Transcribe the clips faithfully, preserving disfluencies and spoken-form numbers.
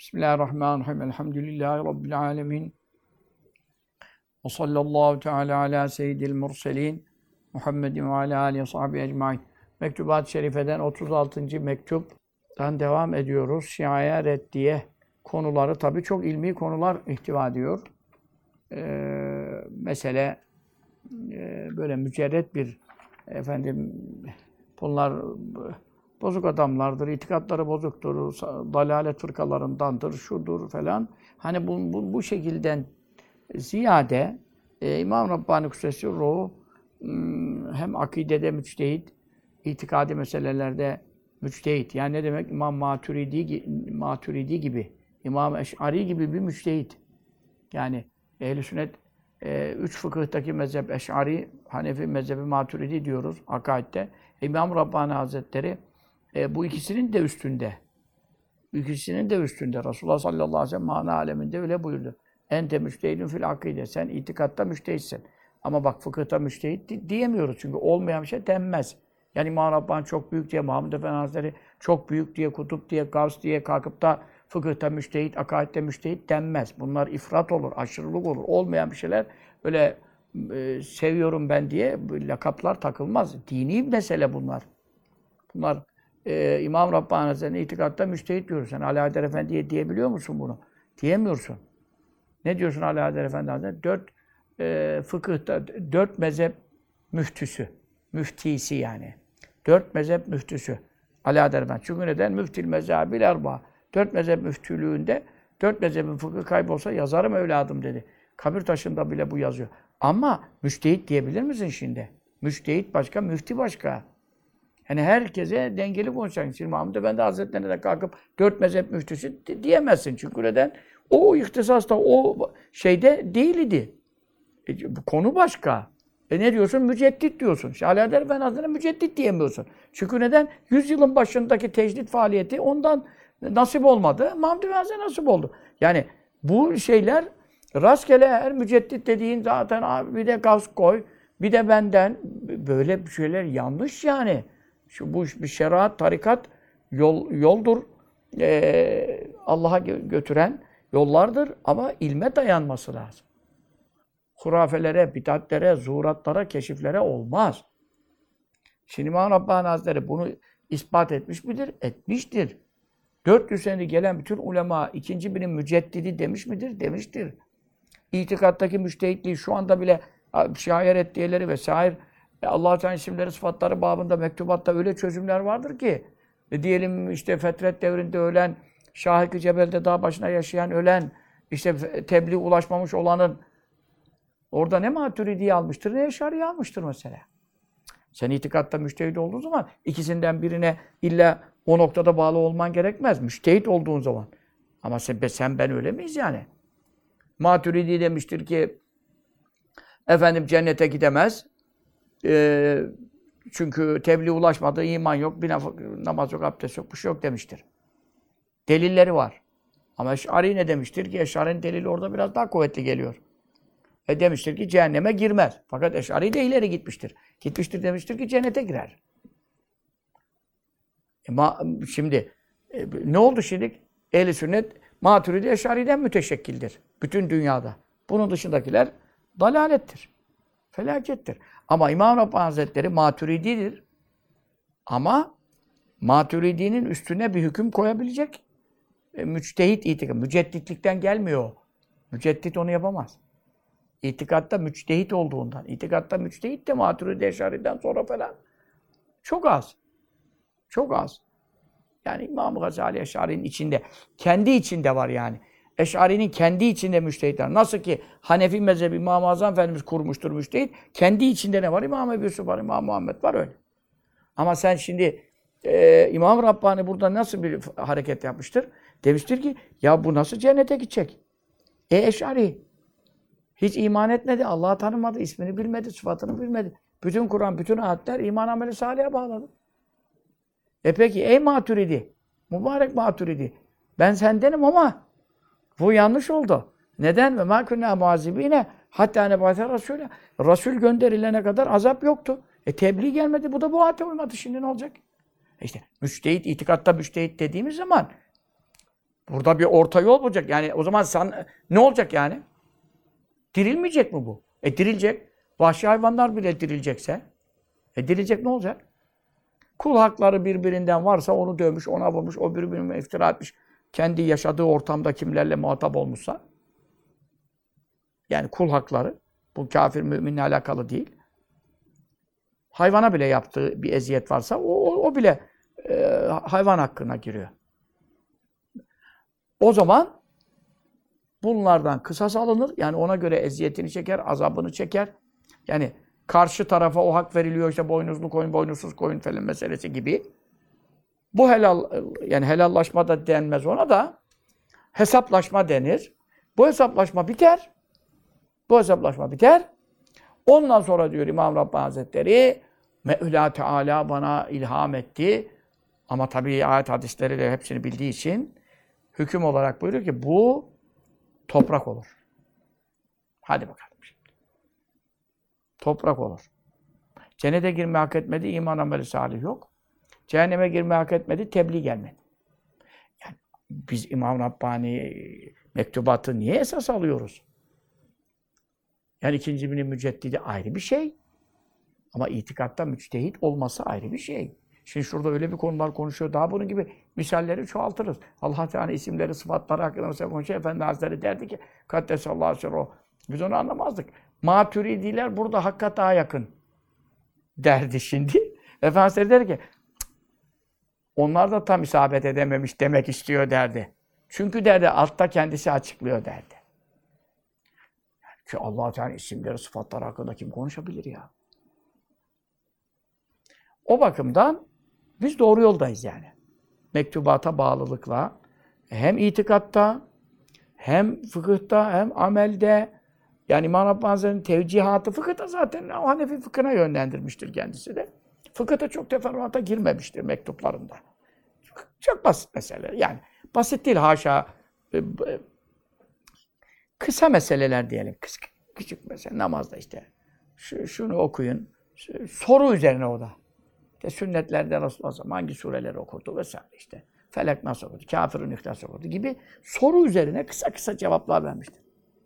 Bismillahirrahmanirrahim. Elhamdülillahi Rabbil alemin. Ve sallallahu teala ala seyyidil murselin. Muhammedin ve ala alihi ve sahbihi ecmaîn. Mektubat-ı Şerife'den otuz altıncı mektuptan devam ediyoruz. Şia'ya reddiye konuları tabii çok ilmi konular ihtiva ediyor. Ee, mesele e, böyle mücerret bir efendim bunlar bozuk adamlardır, itikatları bozuktur, dalalet fırkalarındandır, şudur falan. Hani bu, bu, bu şekilden ziyade e, İmam Rabbani Kudsesi Ruhu hem akidede müçtehit, itikadi meselelerde müçtehit. Yani ne demek? İmam Maturidi, Maturidi gibi, İmam Eş'ari gibi bir müçtehit. Yani Ehl-i Sünnet e, üç fıkıhtaki mezhep Eş'ari, Hanefi mezhebi Maturidi diyoruz akaidde. İmam Rabbani Hazretleri E, bu ikisinin de üstünde. İkisinin de üstünde. Resulullah sallallahu aleyhi ve sellem mana aleminde öyle buyurdu. Ente müçtehidin fil akide. Sen itikatta müçtehitsin. Ama bak fıkıhta müçtehit di diyemiyoruz. Çünkü olmayan bir şey denmez. Yani İmam Rabbani çok büyük diye, Muhammed Efendi Hazretleri çok büyük diye, kutup diye, gavs diye kalkıp da fıkıhta müçtehit, akaidde müçtehit denmez. Bunlar ifrat olur, aşırılık olur. Olmayan bir şeyler öyle e, seviyorum ben diye lakaplar takılmaz. Dini mesele bunlar. Bunlar Ee, İmam Rabbani Hazretleri'nin itikatta müçtehit diyoruz. Sen Ali Haydar Efendi'ye diyebiliyor musun bunu? Diyemiyorsun. Ne diyorsun Ali Haydar Efendi Hazretleri? Dört e, fıkıhta, dört mezhep müftüsü. Müftisi yani. Dört mezhep müftüsü. Ali Haydar Efendi. Çünkü neden? Müftil mezhebil erba. Dört mezhep müftülüğünde, dört mezhebin fıkıh kaybolsa yazarım evladım dedi. Kabir taşında bile bu yazıyor. Ama müçtehit diyebilir misin şimdi? Müçtehit başka, müfti başka. Yani herkese dengeli konuşacaksın. Şimdi Mahmud Efendi Hazretleri'ne de kalkıp dört mezhep müftüsü diyemezsin. Çünkü neden? O ihtisasta, o şeyde değil idi. E, bu konu başka. E ne diyorsun? Müceddit diyorsun. Ali Haydar Efendi Hazretleri'ne müceddit diyemiyorsun. Çünkü neden? Yüzyılın başındaki tecdit faaliyeti ondan nasip olmadı. Mahmud Efendi Hazretleri nasip oldu. Yani bu şeyler rastgele her müceddit dediğin zaten bir de gaz koy, bir de benden böyle şeyler yanlış yani. Şu bu bir şeriat, tarikat yol yoldur. Ee, Allah'a götüren yollardır ama ilme dayanması lazım. Hurafelere, bid'atlere, zuhuratlara, keşiflere olmaz. Şimdi İmam Rabbani Hazretleri bunu ispat etmiş midir? Etmiştir. dört yüz senedir gelen bütün ulema ikinci binin müceddidi demiş midir? Demiştir. İtikattaki müçtehitliği şu anda bile şair ettiğileri vesaire Allah-u Teala isimleri, sıfatları babında mektubatta öyle çözümler vardır ki e diyelim işte Fetret devrinde ölen, Şahik-i Cebel'de dağ başına yaşayan ölen, işte tebliğ ulaşmamış olanın orada ne Maturidi'yi almıştır, ne Eş'ari'yi almıştır mesela. Sen itikatta müçtehit olduğun zaman ikisinden birine illa o noktada bağlı olman gerekmez. Müçtehit olduğun zaman. Ama sen, sen ben öyle miyiz yani? Maturidi demiştir ki efendim cennete gidemez. Ee, çünkü tebliğ ulaşmadı, iman yok, bir namaz yok, abdest yok, bir şey yok demiştir. Delilleri var. Ama Eş'ari ne demiştir ki? Eş'ari'nin delili orada biraz daha kuvvetli geliyor. E demiştir ki cehenneme girmez. Fakat Eş'ari de ileri gitmiştir. Gitmiştir demiştir ki cennete girer. E ma şimdi e, ne oldu şimdi? Ehl-i Sünnet Maturidi Eş'ari'den müteşekkildir. Bütün dünyada. Bunun dışındakiler dalalettir. Felakettir. Ama İmam Rabbani Hazretleri Maturidi'dir. Ama Maturidi'nin üstüne bir hüküm koyabilecek e, müçtehit itikad. Mücedditlikten gelmiyor o. Müceddit onu yapamaz. İtikatta müçtehit olduğundan. İtikatta müçtehit de Maturidi Eş'ari'den sonra falan. Çok az. Çok az. Yani İmam-ı Gazali Eş'ari'nin içinde. Kendi içinde var yani. Eş'ari'nin kendi içinde müçtehitler. Nasıl ki Hanefi mezhebi İmam-ı Azam Efendimiz kurmuştur müçtehit. Kendi içinde ne var? İmam Ebu Yusuf var, İmam Muhammed var öyle. Ama sen şimdi e, İmam Rabbani burada nasıl bir hareket yapmıştır? Demiştir ki ya bu nasıl cennete gidecek? E Eş'ari. Hiç iman etmedi, Allah'ı tanımadı, ismini bilmedi, sıfatını bilmedi. Bütün Kur'an, bütün ayetler iman ameli salih'e bağladı. E peki ey Maturidi, mübarek Maturidi, ben sendenim ama bu yanlış oldu. Neden? Ve mâ kunnâ muazibîne hattâ nebâse rasûle. Rasul gönderilene kadar azap yoktu. E tebliğ gelmedi. Bu da bu ayete uymadı. Şimdi ne olacak? E işte müçtehit, itikatta müçtehit dediğimiz zaman Burada bir orta yol bulacak. Yani o zaman sen, ne olacak yani? Dirilmeyecek mi bu? E dirilecek. Vahşi hayvanlar bile dirilecekse. E dirilecek ne olacak? Kul hakları birbirinden varsa onu dövmüş, ona vurmuş, o birbirine iftira etmiş. Kendi yaşadığı ortamda kimlerle muhatap olmuşsa. Yani kul hakları. Bu kafir müminle alakalı değil. Hayvana bile yaptığı bir eziyet varsa o, o, o bile e, hayvan hakkına giriyor. O zaman bunlardan kısas alınır. Yani ona göre eziyetini çeker, azabını çeker. Yani karşı tarafa o hak veriliyor işte boynuzlu koyun, boynuzsuz koyun falan meselesi gibi. Bu helal, yani helallaşma da denmez ona da hesaplaşma denir. Bu hesaplaşma biter. Bu hesaplaşma biter. Ondan sonra diyor İmam Rabbani Hazretleri, Mevla Teala bana ilham etti. Ama tabii ayet hadisleri de hepsini bildiği için hüküm olarak buyuruyor ki bu toprak olur. Hadi bakalım şimdi. Toprak olur. Cennete girmeyi hak etmedi, iman ameli salih yok. Cehenneme girmeyi hak etmedi, tebliğ gelmedi. Yani biz İmam Rabbani mektubatı niye esas alıyoruz? Yani ikinci binin müceddidi ayrı bir şey. Ama itikatta müçtehit olması ayrı bir şey. Şimdi şurada öyle bir konular konuşuyor. Daha bunun gibi misalleri çoğaltırız. Allah Teala isimleri, sıfatları hakkında mesela konuşuyor. Efendi Hazretleri derdi ki Kaddesallahu sirruh. Biz onu anlamazdık. Maturidiler burada hakka daha yakın derdi şimdi. Efendi Hazretleri der ki onlar da tam isabet edememiş demek istiyor derdi. Çünkü derdi altta kendisi açıklıyor derdi. Yani ki Allah Teala isimleri, sıfatları hakkında kim konuşabilir ya? O bakımdan biz doğru yoldayız yani. Mektubata bağlılıkla hem itikatta, hem fıkıhta, hem amelde. Yani İmam Rabbani Hazretleri'nin tevcihatı fıkıhta zaten o Hanefi fıkhına yönlendirmiştir kendisi de. Fıkıhta çok teferruata girmemiştir mektuplarında. Çok basit mesele. Yani basit değil haşa. Kısa meseleler diyelim. Kıs, küçük mesele. Namazda işte. Şu, şunu okuyun. Soru üzerine o da. İşte sünnetlerde Resulullah hangi sureleri okurdu vesaire işte. Felak nasıl okurdu, Kafirun İhlas okurdu gibi soru üzerine kısa kısa cevaplar vermiştir.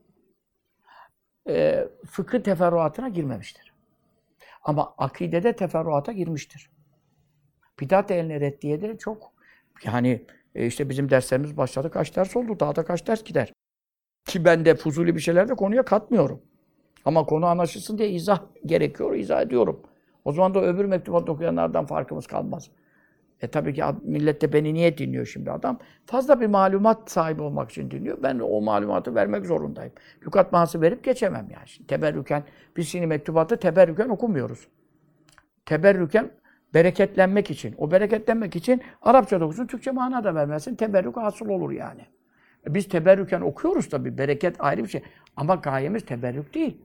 Ee, fıkıh teferruatına girmemiştir. Ama akidede teferruata girmiştir. Bidat eline reddiye de çok. Yani e, işte bizim derslerimiz başladı. Kaç ders oldu? Daha da kaç ders gider. Ki ben de fuzuli bir şeyler de konuya katmıyorum. Ama konu anlaşılsın diye izah gerekiyor, izah ediyorum. O zaman da öbür mektubat okuyanlardan farkımız kalmaz. E tabii ki millet de beni niye dinliyor şimdi adam? Fazla bir malumat sahibi olmak için dinliyor. Ben de o malumatı vermek zorundayım. Lügat mahası verip geçemem yani. Şimdi teberrüken, biz şimdi mektubatı teberrüken okumuyoruz. Teberrüken bereketlenmek için. O bereketlenmek için Arapça da okusun, Türkçe mana da vermezsin. Teberrük hasıl olur yani. E biz teberrüken okuyoruz tabii. Bereket ayrı bir şey. Ama gayemiz teberrük değil.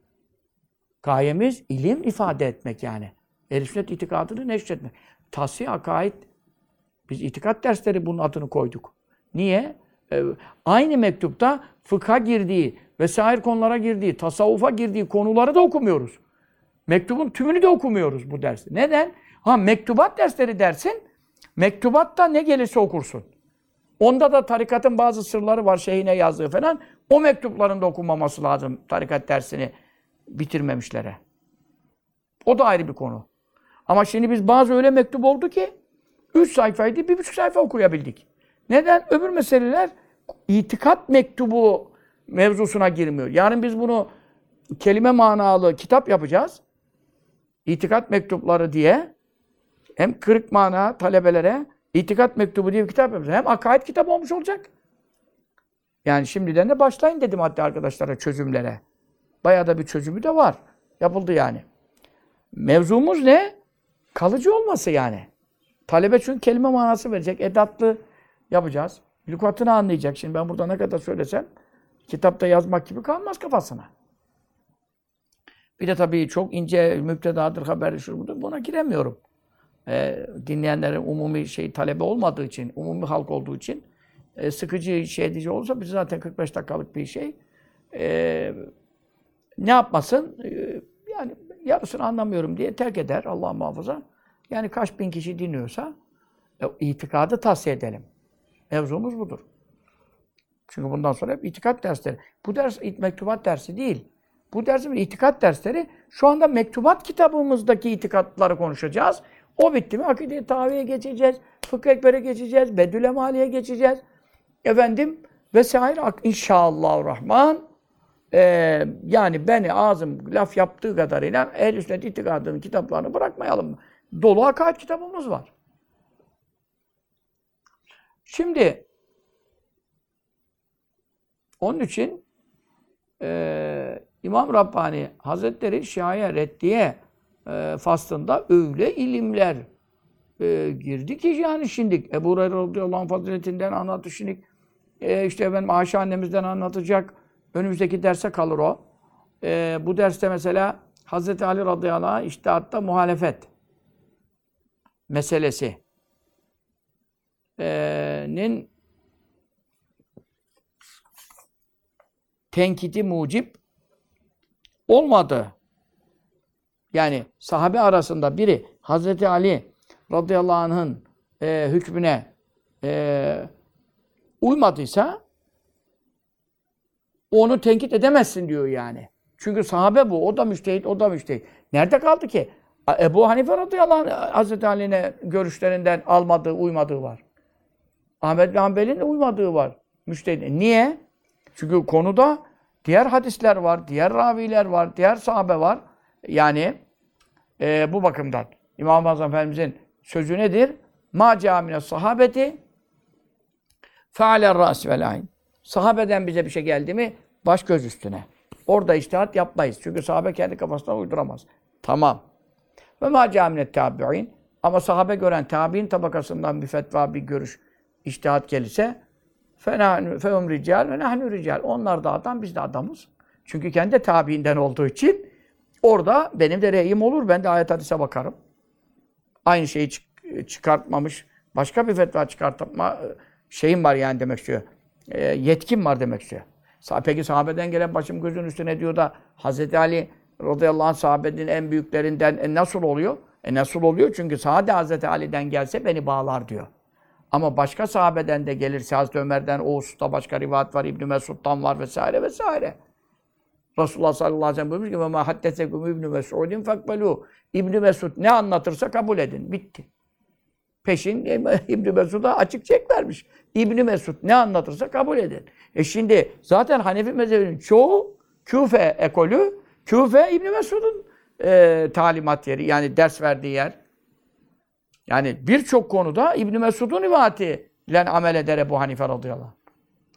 Gayemiz ilim ifade etmek yani. Ehl-i sünnet itikadını neşretmek. Tahsih, akaid. Biz itikat dersleri bunun adını koyduk. Niye? Ee, aynı mektupta fıkha girdiği vesaire konulara girdiği, tasavvufa girdiği konuları da okumuyoruz. Mektubun tümünü de okumuyoruz bu derste. Neden? Ha mektubat dersleri dersin, mektubatta ne gelirse okursun. Onda da tarikatın bazı sırları var, şeyhine yazdığı falan. O mektupların da okunmaması lazım tarikat dersini bitirmemişlere. O da ayrı bir konu. Ama şimdi biz bazı öyle mektup oldu ki üç sayfaydı, bir buçuk sayfa okuyabildik. Neden? Öbür meseleler itikat mektubu mevzusuna girmiyor. Yarın biz bunu kelime manalı kitap yapacağız. İtikat mektupları diye hem kırık mana talebelere itikat mektubu diye bir kitap yapacağız. Hem akaid kitap olmuş olacak. Yani şimdiden de başlayın dedim hatta arkadaşlara çözümlere. Bayağı da bir çözümü de var. Yapıldı yani. Mevzumuz ne? Kalıcı olması yani. Talebe çünkü kelime manası verecek. Edatlı yapacağız. Lügatını anlayacak. Şimdi ben burada ne kadar söylesem kitapta yazmak gibi kalmaz kafasına. Bir de tabii çok ince müptedadır, haberi şudur budur. Buna giremiyorum. Ee, dinleyenlerin umumi şey talebe olmadığı için, umumi halk olduğu için e, sıkıcı şey edici olursa biz zaten kırk beş dakikalık bir şey. E, ne yapmasın? E, yani yarısını anlamıyorum diye terk eder Allah muhafaza. Yani kaç bin kişi dinliyorsa e, itikadı tavsiye edelim. Mevzumuz budur. Çünkü bundan sonra hep itikat dersleri. Bu ders mektubat dersi değil. Bu dersin itikat dersleri. Şu anda mektubat kitabımızdaki itikatları konuşacağız. O bitti mi? Akide-i Tahavi'ye geçeceğiz. Fıkh-ı Ekber'e geçeceğiz. Bedül Emali'ye geçeceğiz. Efendim vesaire. İnşallahurrahman. Ee, yani beni ağzım laf yaptığı kadarıyla Ehl-i Sünnet itikadının kitaplarını bırakmayalım. Dolu akaid kitabımız var. Şimdi onun için e, İmam Rabbani Hazretleri Şia'ya reddiye e, faslında öyle ilimler e, girdi ki yani şimdi Ebu Hureyre radıyallahu anh faziletinden anlattı şimdi e, işte efendim Ayşe annemizden anlatacak. Önümüzdeki derse kalır o. E, bu derste mesela Hazreti Ali radıyallahu anh içtihatta muhalefet meselesi e, nin tenkidi mucip olmadı. Yani sahabe arasında biri Hazreti Ali radıyallahu anh'ın e, hükmüne e, uymadıysa onu tenkit edemezsin diyor yani. Çünkü sahabe bu. O da müştehit, o da müştehit. Nerede kaldı ki? Ebu Hanife radıyallahu anh Hazreti Ali'ne görüşlerinden almadığı, uymadığı var. Ahmed bin Hanbel'in de uymadığı var. Müştehit. Niye? Çünkü konuda diğer hadisler var, diğer raviler var, diğer sahabe var. Yani e, bu bakımdan İmam-ı Azam Efendimiz'in sözü nedir? Ma câmine sahabeti fe'aler ras vel ayn. Sahabeden bize bir şey geldi mi baş göz üstüne. Orada içtihat yapmayız. Çünkü sahabe kendi kafasına uyduramaz. Tamam. Ve ma câmine tabi'in. Ama sahabe gören tabi'in tabakasından bir fetva, bir görüş, içtihat gelirse fehum rical ve nahnu rical. Onlar da adam, biz de adamız. Çünkü kendi tabiinden olduğu için orada benim de reyim olur. Ben de ayet hadise bakarım. Aynı şeyi çıkartmamış, başka bir fetva çıkartma şeyim var yani demek istiyor. E, yetkim var demek istiyor. Peki sahabeden gelen başım gözün üstüne diyor da Hazreti Ali radıyallahu anh sahabenin en büyüklerinden e, nasıl oluyor? E nasıl oluyor? Çünkü sade Hazreti Ali'den gelse beni bağlar diyor. Ama başka sahabeden de gelirse Hazreti Ömer'den, o hususta başka rivayet var, İbn Mesud'dan var vesaire vesaire. Resulullah sallallahu aleyhi ve sellem buyurmuş ki وَمَا حَدَّثَكُمْ İbn Mesud'in فَقْبَلُوا. İbn Mesud ne anlatırsa kabul edin. Bitti. Peşin İbn Mesud'a açık çek vermiş. İbn Mesud ne anlatırsa kabul edin. E şimdi zaten Hanefi mezhebinin çoğu Küfe ekolü, Küfe İbn Mesud'un e, talimat yeri, yani ders verdiği yer. Yani birçok konuda İbn Mesud'un rivayetiyle amel eder Ebu Hanife radıyallahu anh.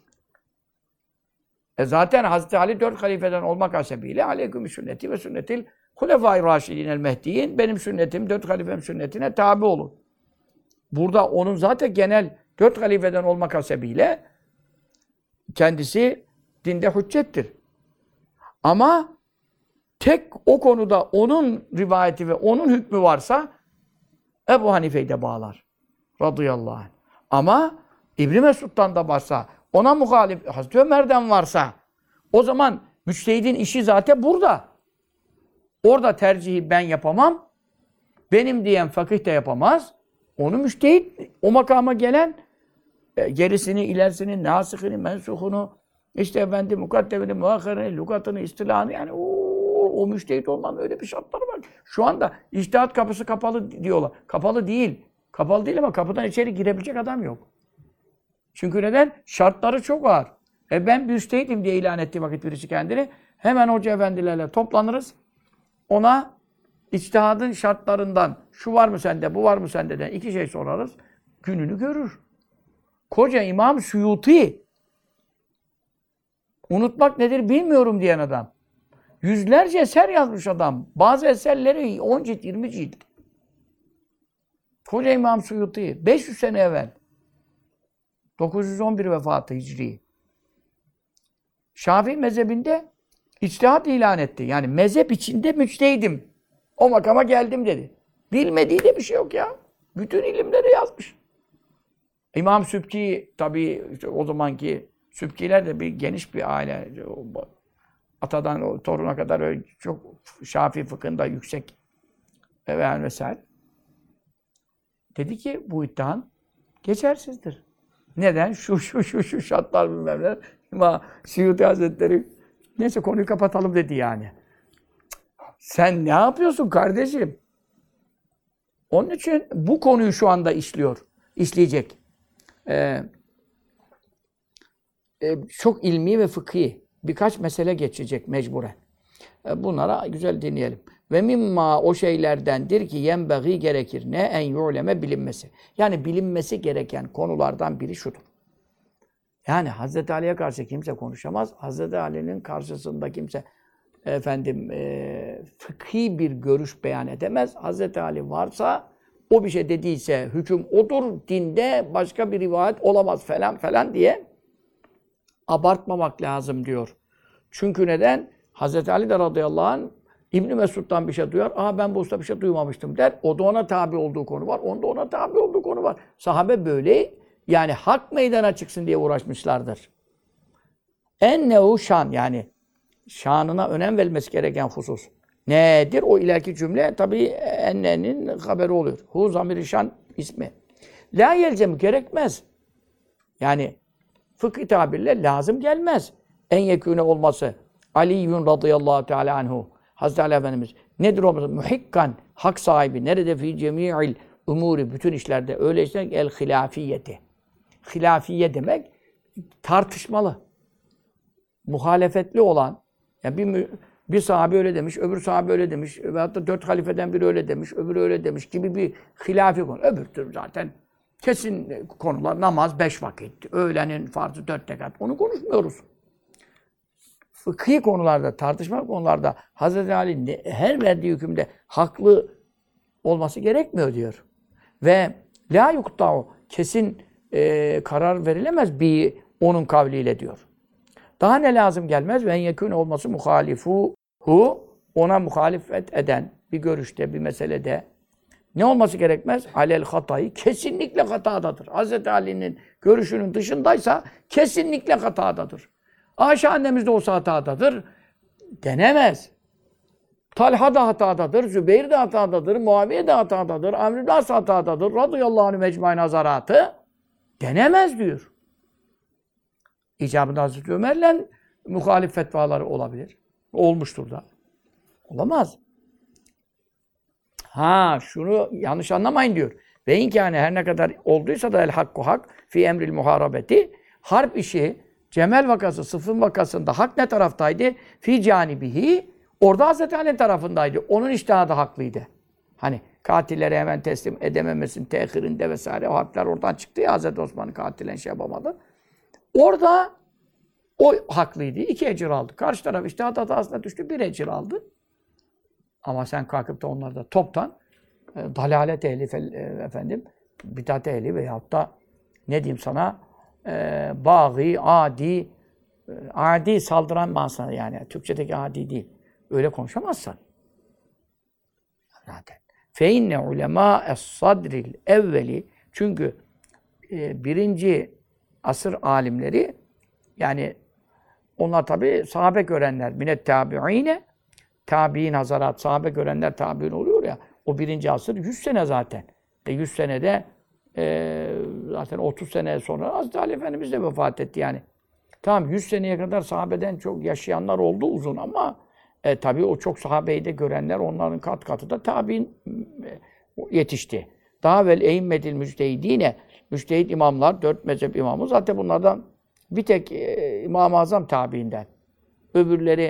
E zaten Hazreti Ali dört halifeden olmak hasebiyle aleyküm sünneti ve sünnetil hulefâ-i râşidînel mehdiyin, benim sünnetim dört halifem sünnetine tabi olun. Burada onun zaten genel dört halifeden olmak hasebiyle kendisi dinde hüccettir. Ama tek o konuda onun rivayeti ve onun hükmü varsa Ebu Hanife'yi de bağlar. Radıyallahu anh. Ama İbn Mesud'dan da varsa, ona muhalif Hazreti Ömer'den varsa, o zaman müçtehidin işi zaten burada. Orada tercihi ben yapamam. Benim diyen fakih de yapamaz. Onu müçtehit, o makama gelen e, gerisini, ilerisini, nasihini, mensuhunu, işte efendim mukaddemini, muakhirini, lügatını, istilahını, yani o, o müçtehit olmanın öyle bir şartları var. Şu anda içtihat kapısı kapalı diyorlar. Kapalı değil. Kapalı değil ama kapıdan içeri girebilecek adam yok. Çünkü neden? Şartları çok ağır. E ben müçtehitim diye ilan ettiği vakit birisi kendini, hemen hoca efendilerle toplanırız. Ona içtihadın şartlarından, şu var mı sende, bu var mı sende de iki şey sorarız. Gününü görür. Koca İmam Suyuti, unutmak nedir bilmiyorum diyen adam. Yüzlerce eser yazmış adam. Bazı eserleri on cilt, yirmi cilt. Koca İmam Suyuti, beş yüz sene evvel. dokuz yüz on bir vefatı Hicri. Şafii mezhebinde içtihat ilan etti. Yani mezhep içinde müçtehidim. O makama geldim dedi. Bilmediği de bir şey yok ya. Bütün ilimleri yazmış. İmam Sübki, tabii işte o zamanki Sübkiler de bir geniş bir aile. Atadan o toruna kadar öyle çok Şafii fıkhında yüksek ve vesaire. Dedi ki bu iddian geçersizdir. Neden? Şu şu şu şu şartlar bilmem ne. Ama Suyuti Hazretleri neyse konuyu kapatalım dedi yani. Sen ne yapıyorsun kardeşim? Onun için bu konuyu şu anda işliyor. İşleyecek. Ee, e, çok ilmi ve fıkhi birkaç mesele geçecek mecburen. E, bunlara güzel dinleyelim. Ve mimma o şeylerdendir ki yenbeği gerekir. Ne? En yu'leme bilinmesi. Yani bilinmesi gereken konulardan biri şudur. Yani Hazreti Ali'ye karşı kimse konuşamaz. Hazreti Ali'nin karşısında kimse efendim e, fıkhi bir görüş beyan edemez. Hazreti Ali varsa o bir şey dediyse hüküm odur. Dinde başka bir rivayet olamaz falan falan diye abartmamak lazım diyor. Çünkü neden? Hazreti Ali de radıyallahu anh İbn Mesud'dan bir şey duyar. Aa ben bu usta bir şey duymamıştım der. O da ona tabi olduğu konu var. Onda ona tabi olduğu konu var. Sahabe böyle yani hak meydana çıksın diye uğraşmışlardır. Ennehu şan yani şanına önem verilmesi gereken husus. Nedir? O ileriki cümle tabii ennenin haberi oluyor. Hu zamir-i şan ismi. La yelcem gerekmez. Yani fıkhi tabirle lazım gelmez. En yekûne olması. Aliyyun radıyallahu teala anhu. Hazreti Ali Efendimiz nedir olması? Muhikkan, hak sahibi. Nerede? Fi cemi'il umuri, bütün işlerde. Öyleyse el hilafiyeti. Hilafiye demek tartışmalı. Muhalefetli olan, yani bir, bir sahabe öyle demiş, öbür sahabe öyle demiş, ve hatta dört halifeden biri öyle demiş, öbürü öyle demiş gibi bir hilafi konu. Öbür türlü zaten kesin konular, namaz beş vakit, öğlenin farzı dört rekat. Onu konuşmuyoruz. Fıkhi konularda, tartışma konularda Hazreti Ali her verdiği hükümde haklı olması gerekmiyor diyor. Ve la yukta'u kesin e, karar verilemez bir onun kavliyle diyor. Daha ne lazım gelmez? Ve en yekûne olması muhalifu hu ona muhalefet eden bir görüşte, bir meselede ne olması gerekmez? Alel hatayı kesinlikle hatadadır. Hazreti Ali'nin görüşünün dışındaysa kesinlikle hatadadır. Ayşe annemiz de olsa hatadadır. Denemez. Talha da hatadadır, Zübeyir de hatadadır, Muaviye de hatadadır, Amr ibn As hatadadır. Radıyallahu anh mecmuî nazaratı denemez diyor. İcabında Hazreti Ömer'le muhalif fetvaları olabilir. Olmuştur da. Olamaz. Ha şunu yanlış anlamayın diyor. Ve inkâne her ne kadar olduysa da el hakku hak fi emril muharabeti harp işi Cemel vakası, Sıffın vakasında hak ne taraftaydı? Fi canibihi orada Hazreti Ali tarafındaydı. Onun içtihadı haklıydı. Hani katilleri hemen teslim edememesin tehirinde vesaire o harpler oradan çıktı ya Hazreti Osman'ın katilen şey yapamadı. Orada o haklıydı. İki ecir aldı. Karşı taraf içtihat hatasına düştü. Bir ecir aldı. Ama sen kalkıp da onlarda toptan e, dalalet ehli e, efendim, bidat ehli veyahut da ne diyeyim sana e, bağî, adi e, adi saldıran manasına yani. Türkçedeki adi değil. Öyle konuşamazsan. Zaten. Fe inne ulema es-sadril evveli çünkü e, birinci asır alimleri yani onlar tabi sahabe görenler minet tabi'ine tabi'in hazarat sahabe görenler tabi'in oluyor ya o birinci asır yüz sene zaten. E yüz senede e, zaten otuz sene sonra Hazreti Ali Efendimiz de vefat etti yani. Tamam yüz seneye kadar sahabeden çok yaşayanlar oldu uzun ama e, tabii o çok sahabeyi de görenler onların kat katı da tabi'in e, yetişti. Daha evvel e'immedil müçtehidine müçtehid imamlar, dört mezhep imamı zaten bunlardan bir tek e, İmam-ı Azam tabiinden. Öbürleri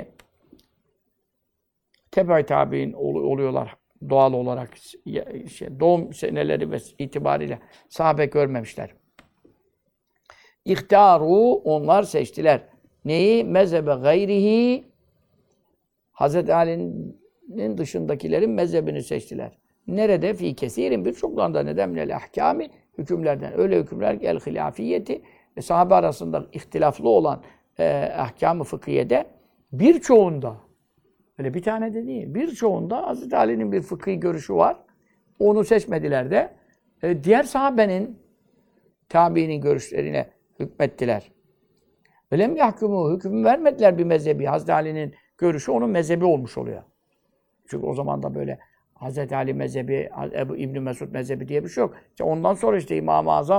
tebe-i tabiin ol, oluyorlar doğal olarak. Şey, doğum seneleri ve itibariyle sahabe görmemişler. İhtaru onlar seçtiler. Neyi? Mezhebe gayrihi Hazreti Ali'nin dışındakilerin mezhebini seçtiler. Nerede? Fî kesirin birçoklarında neden minel ahkâmi hükümlerden. Öyle hükümler ki el hilafiyeti e, sahabe arasında ihtilaflı olan e, ahkâm-ı fıkhiyede birçoğunda öyle bir tane de değil. Birçoğunda Hazreti Ali'nin bir fıkhi görüşü var. Onu seçmediler de e, diğer sahabenin tabiinin görüşlerine hükmettiler. Velem yahkumu hüküm vermediler bir mezhebi. Hazreti Ali'nin görüşü onun mezhebi olmuş oluyor. Çünkü o zaman da böyle Hazreti Ali mezhebi, Ebu İbn Mesud mezhebi diye bir şey yok. İşte ondan sonra işte İmam-ı Azam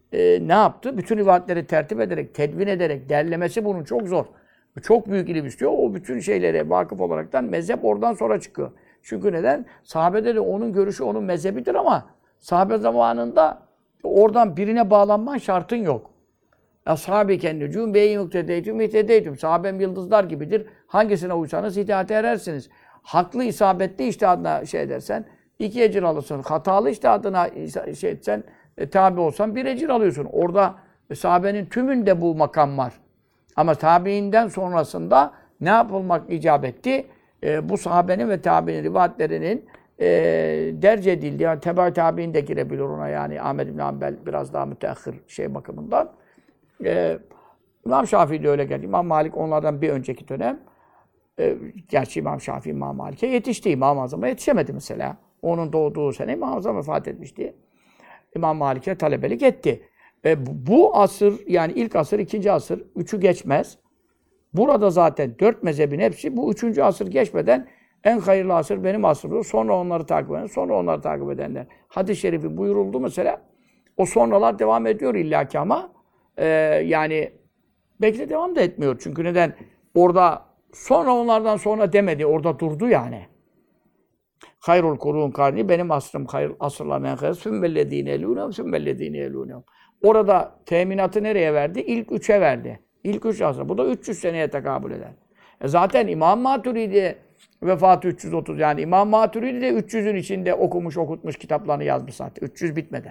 e, ne yaptı? Bütün rivayetleri tertip ederek, tedvin ederek, derlemesi bunun çok zor. Çok büyük ilim istiyor. O bütün şeylere vakıf olaraktan mezhep oradan sonra çıkıyor. Çünkü neden? Sahabede de onun görüşü onun mezhebidir ama sahabe zamanında oradan birine bağlanman şartın yok. Ashab-ı kendicûm beyi muktedeytüm ihtedeytüm. Sahabem yıldızlar gibidir. Hangisine uysanız hidayete erersiniz. Haklı isabetli içtihadına şey edersen iki ecir alırsın. Hatalı içtihadına şey etsen e, tabi olsan bir ecir alıyorsun. Orada e, sahabenin tümünde bu makam var. Ama tabiinden sonrasında ne yapılmak icap etti? E, bu sahabenin ve tabiinin rivayetlerinin e, derc edildi. Yani teba tabiin de girebilir ona yani. Ahmed ibn Hanbel biraz daha müteahhir şey bakımından. E, İmam Şafii de öyle geldi. İmam Malik onlardan bir önceki dönem. E, gerçi İmam Şafii İmam Malik'e yetişti. İmam Azam'a yetişemedi mesela. Onun doğduğu sene İmam Azam vefat etmişti. İmam Malik'e talebelik etti. E, bu, bu asır yani ilk asır, ikinci asır, üçü geçmez. Burada zaten dört mezhebin hepsi bu üçüncü asır geçmeden en hayırlı asır benim asırım. Sonra onları takip eden, sonra onları takip edenler. Hadis-i şerifi buyuruldu mesela. O sonralar devam ediyor illaki ama e, yani belki de devam da etmiyor. Çünkü neden? Orada sonra onlardan sonra demedi. Orada durdu yani. Hayrul kurun karni benim asrım hayır asırların en hayırlısı. Sümmellezîne elûnehum sümmellezîne elûnehum. Orada teminatı nereye verdi? İlk üçe verdi. İlk üç asır. Bu da üç yüz seneye tekabül eder. E zaten İmam Maturidi vefatı üç yüz otuz yani İmam Maturidi de üç yüzün içinde okumuş okutmuş kitaplarını yazmış zaten. üç yüz bitmeden.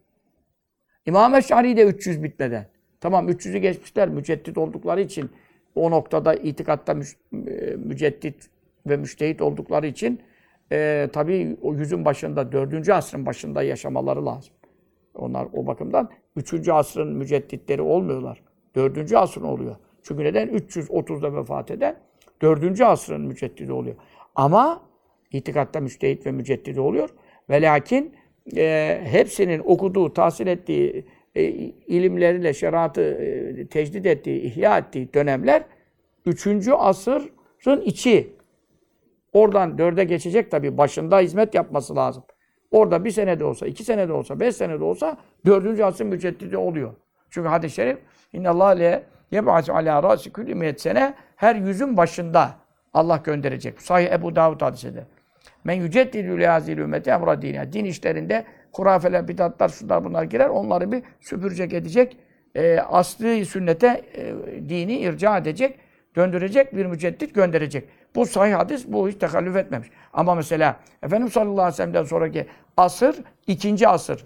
İmam Eş'ari de üç yüz bitmeden. Tamam üç yüzü geçmişler müceddit oldukları için o noktada itikatta mü, müceddit ve müştehit oldukları için e, tabii o yüzün başında, dördüncü asrın başında yaşamaları lazım. Onlar o bakımdan üçüncü asrın mücedditleri olmuyorlar. dördüncü asrın oluyor. Çünkü neden? üç yüz otuzda vefat eden dördüncü asrın müceddidi oluyor. Ama itikatta müştehit ve müceddidi oluyor. Ve lakin e, hepsinin okuduğu, tahsil ettiği e, ilimleriyle şeriatı e, tecdid ettiği, ihya ettiği dönemler üçüncü asrın içi. Oradan dörde geçecek tabii. Başında hizmet yapması lazım. Orada bir senede olsa, iki senede olsa, beş senede olsa dördüncü asrın müceddidi oluyor. Çünkü hadis-i şerif İnnallâhe le yeb'asu alâ râsi külli mi'et sene her yüzün başında Allah gönderecek. Sahih Ebu Davud hadisidir. Men yüceddidü lehâzîl ümmeti emra dîne. Din işlerinde hurafeler, bidatlar, şunlar bunlar girer. Onları bir süpürecek edecek. E, aslı sünnete e, dini irca edecek, döndürecek bir müceddit gönderecek. Bu sahih hadis, bu hiç tekallüf etmemiş. Ama mesela Efendimiz sallallahu aleyhi ve sellem'den sonraki asır, ikinci asır.